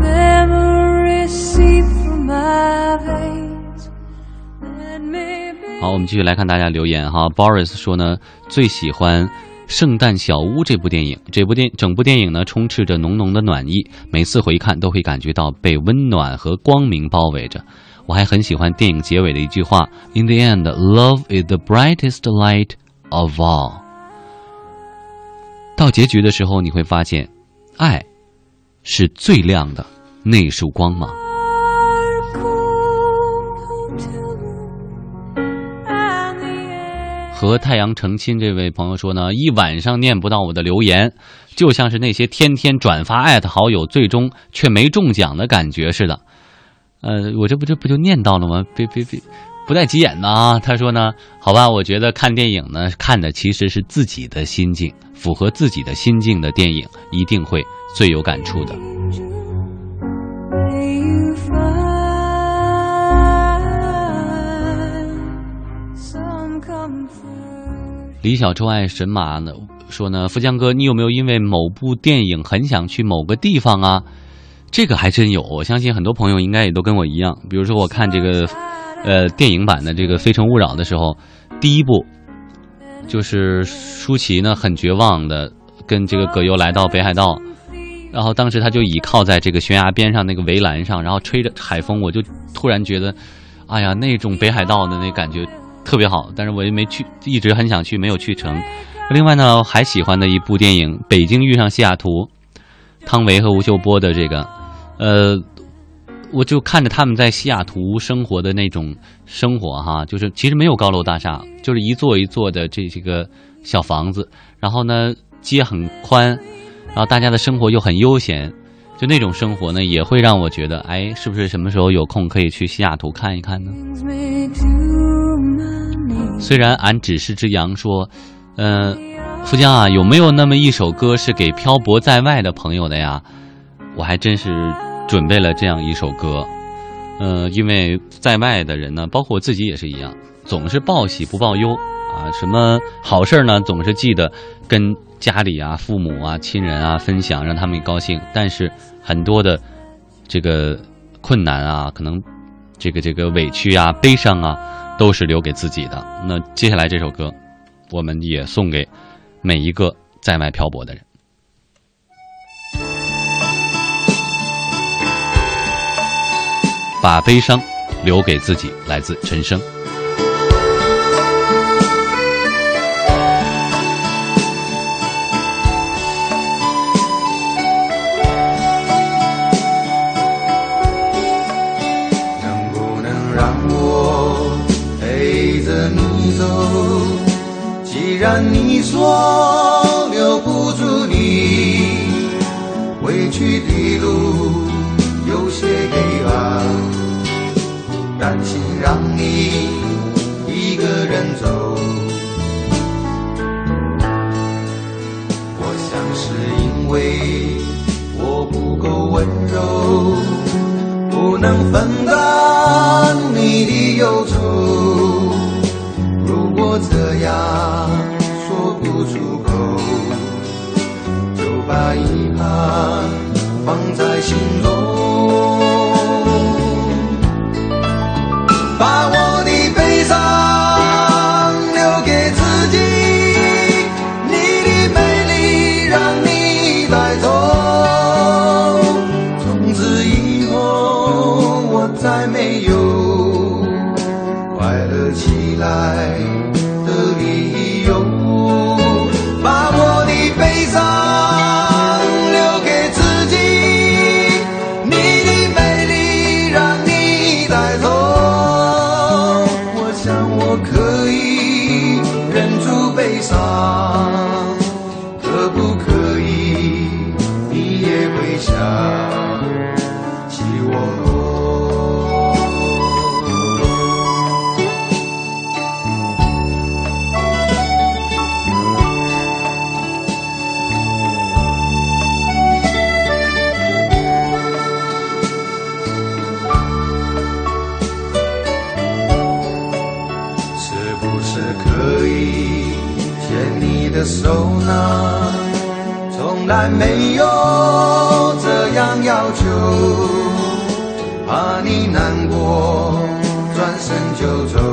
好，我们继续来看大家留言哈。Boris 说呢，最喜欢《圣诞小屋》这部电影。整部电影呢，充斥着浓浓的暖意，每次回看都会感觉到被温暖和光明包围着。我还很喜欢电影结尾的一句话 ：In the end, love is the brightest light of all。到结局的时候，你会发现，爱是最亮的那束光芒。和太阳成亲这位朋友说呢，一晚上念不到我的留言，就像是那些天天转发艾特好友，最终却没中奖的感觉似的。我这不就念到了吗？别，不带急眼的啊！他说呢，好吧，我觉得看电影呢，看的其实是自己的心境，符合自己的心境的电影，一定会最有感触的。李小臭爱神马呢说呢，富江哥，你有没有因为某部电影很想去某个地方啊？这个还真有，我相信很多朋友应该也都跟我一样。比如说我看这个电影版的这个《非诚勿扰》的时候，第一部就是舒淇呢很绝望的跟这个葛优来到北海道，然后当时他就倚靠在这个悬崖边上那个围栏上，然后吹着海风，我就突然觉得，哎呀，那种北海道的那感觉特别好，但是我也没去，一直很想去，没有去成。另外呢，还喜欢的一部电影《北京遇上西雅图》，汤唯和吴秀波的这个，我就看着他们在西雅图生活的那种生活哈，就是其实没有高楼大厦，就是一座一座的这个小房子，然后呢街很宽，然后大家的生活又很悠闲，就那种生活呢也会让我觉得，哎，是不是什么时候有空可以去西雅图看一看呢？虽然俺只是只羊说，富江啊，有没有那么一首歌是给漂泊在外的朋友的呀？我还真是准备了这样一首歌，因为在外的人呢，包括我自己也是一样，总是报喜不报忧啊，什么好事呢，总是记得跟家里啊、父母啊、亲人啊分享，让他们高兴。但是很多的这个困难啊，可能这个委屈啊、悲伤啊，都是留给自己的。那接下来这首歌，我们也送给每一个在外漂泊的人。把悲伤留给自己，来自陈升。 能不能让我陪着你走？既然你说留不住你，回去的路有些黑暗，担心让你一个人走。我想是因为我不够温柔，不能分担你的忧愁。如果这样说不出口，就把遗憾放在心中，把我的悲伤留给自己，你的美丽让你带走。从此以后我来的理由，把我的悲伤留给自己，你的美丽让你带走。我想我可以忍住悲伤，可不可以你也会想起我？的手呢，从来没有这样要求，怕你难过转身就走，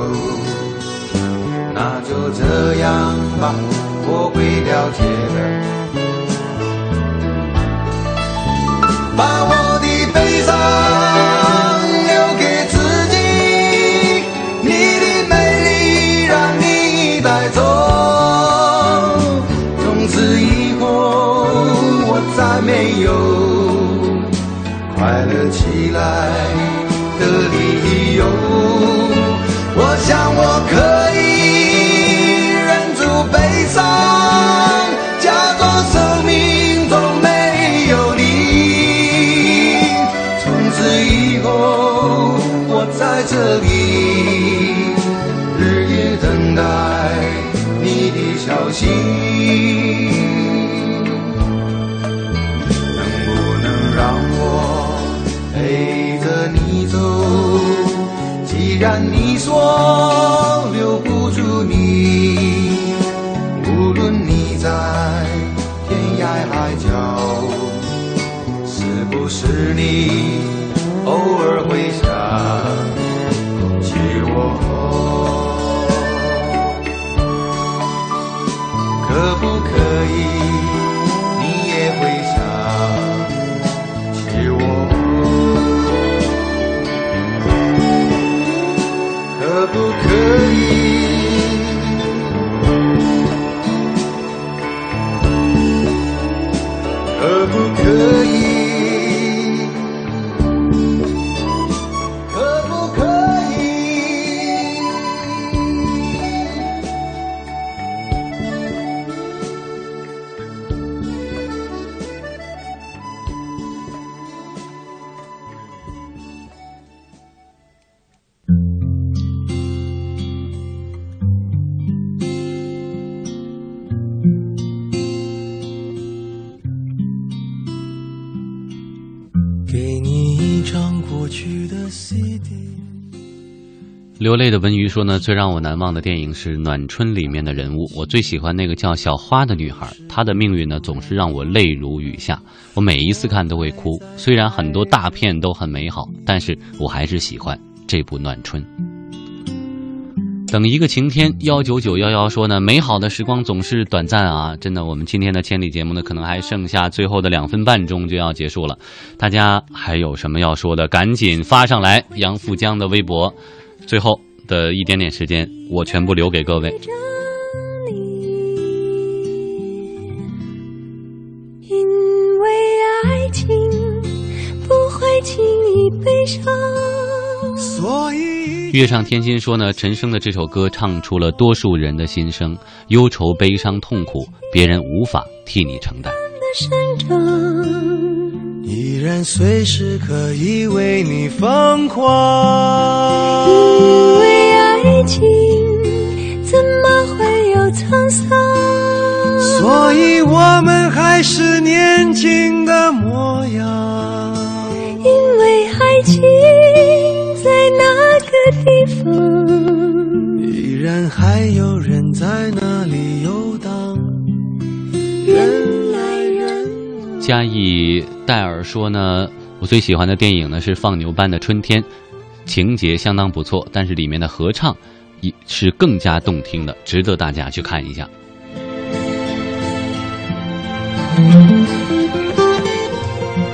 那就这样吧，我会了解的。把我的悲伤留给自己，你的美丽让你带走，再没有快乐起来的理由。我想我可以忍住悲伤，假装生命中没有你。从此以后我在这里日夜等待你的消息。让我陪着你走，既然你说留不住你，无论你在天涯海角，是不是你偶尔会想起我？可不可以你也会想可不可以？可不可以？可不可以？给你一张过去的 CD。 流泪的文娱说呢，最让我难忘的电影是《暖春》里面的人物，我最喜欢那个叫小花的女孩，她的命运呢总是让我泪如雨下，我每一次看都会哭。虽然很多大片都很美好，但是我还是喜欢这部《暖春》。等一个晴天19911说呢，美好的时光总是短暂啊！真的，我们今天的千里节目呢，可能还剩下最后的2分半钟就要结束了。大家还有什么要说的，赶紧发上来。杨富江的微博，最后的一点点时间，我全部留给各位。 因为爱情不会轻易悲伤，所以月上天心说呢，陈升的这首歌唱出了多数人的心声，忧愁、悲伤、痛苦，别人无法替你承担。 依然随时可以为你疯狂， 因为爱情怎么会有沧桑， 所以我们还是年轻的模样， 因为爱情在那个地方， 依然还有人在那里游荡，人来人往。 嘉义戴尔说呢，我最喜欢的电影呢是《放牛班的春天》，情节相当不错，但是里面的合唱也是更加动听的，值得大家去看一下。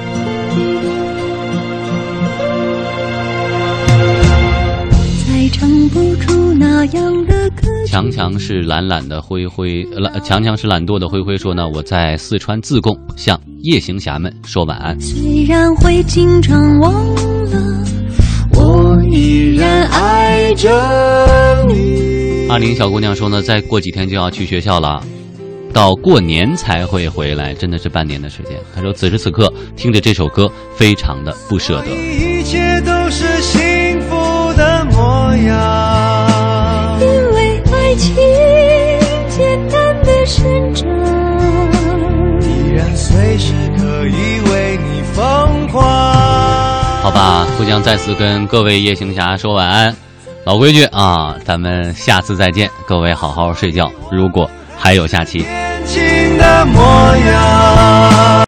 在长不出那样的歌。 强强是懒懒的灰灰，强强是懒惰的灰灰说呢，我在四川自贡向夜行侠们说晚安。 虽然会经常忘了，我依然爱着你。 20小姑娘说呢，再过几天就要去学校了，到过年才会回来，真的是半年的时间。她说此时此刻听着这首歌非常的不舍得。 一切都是幸福的模样， 因为爱情简单的生长， 依然随时可以为你疯狂。 好吧，不将再次跟各位夜行侠说晚安。老规矩啊，咱们下次再见，各位好好睡觉，如果还有下期。 年轻的模样。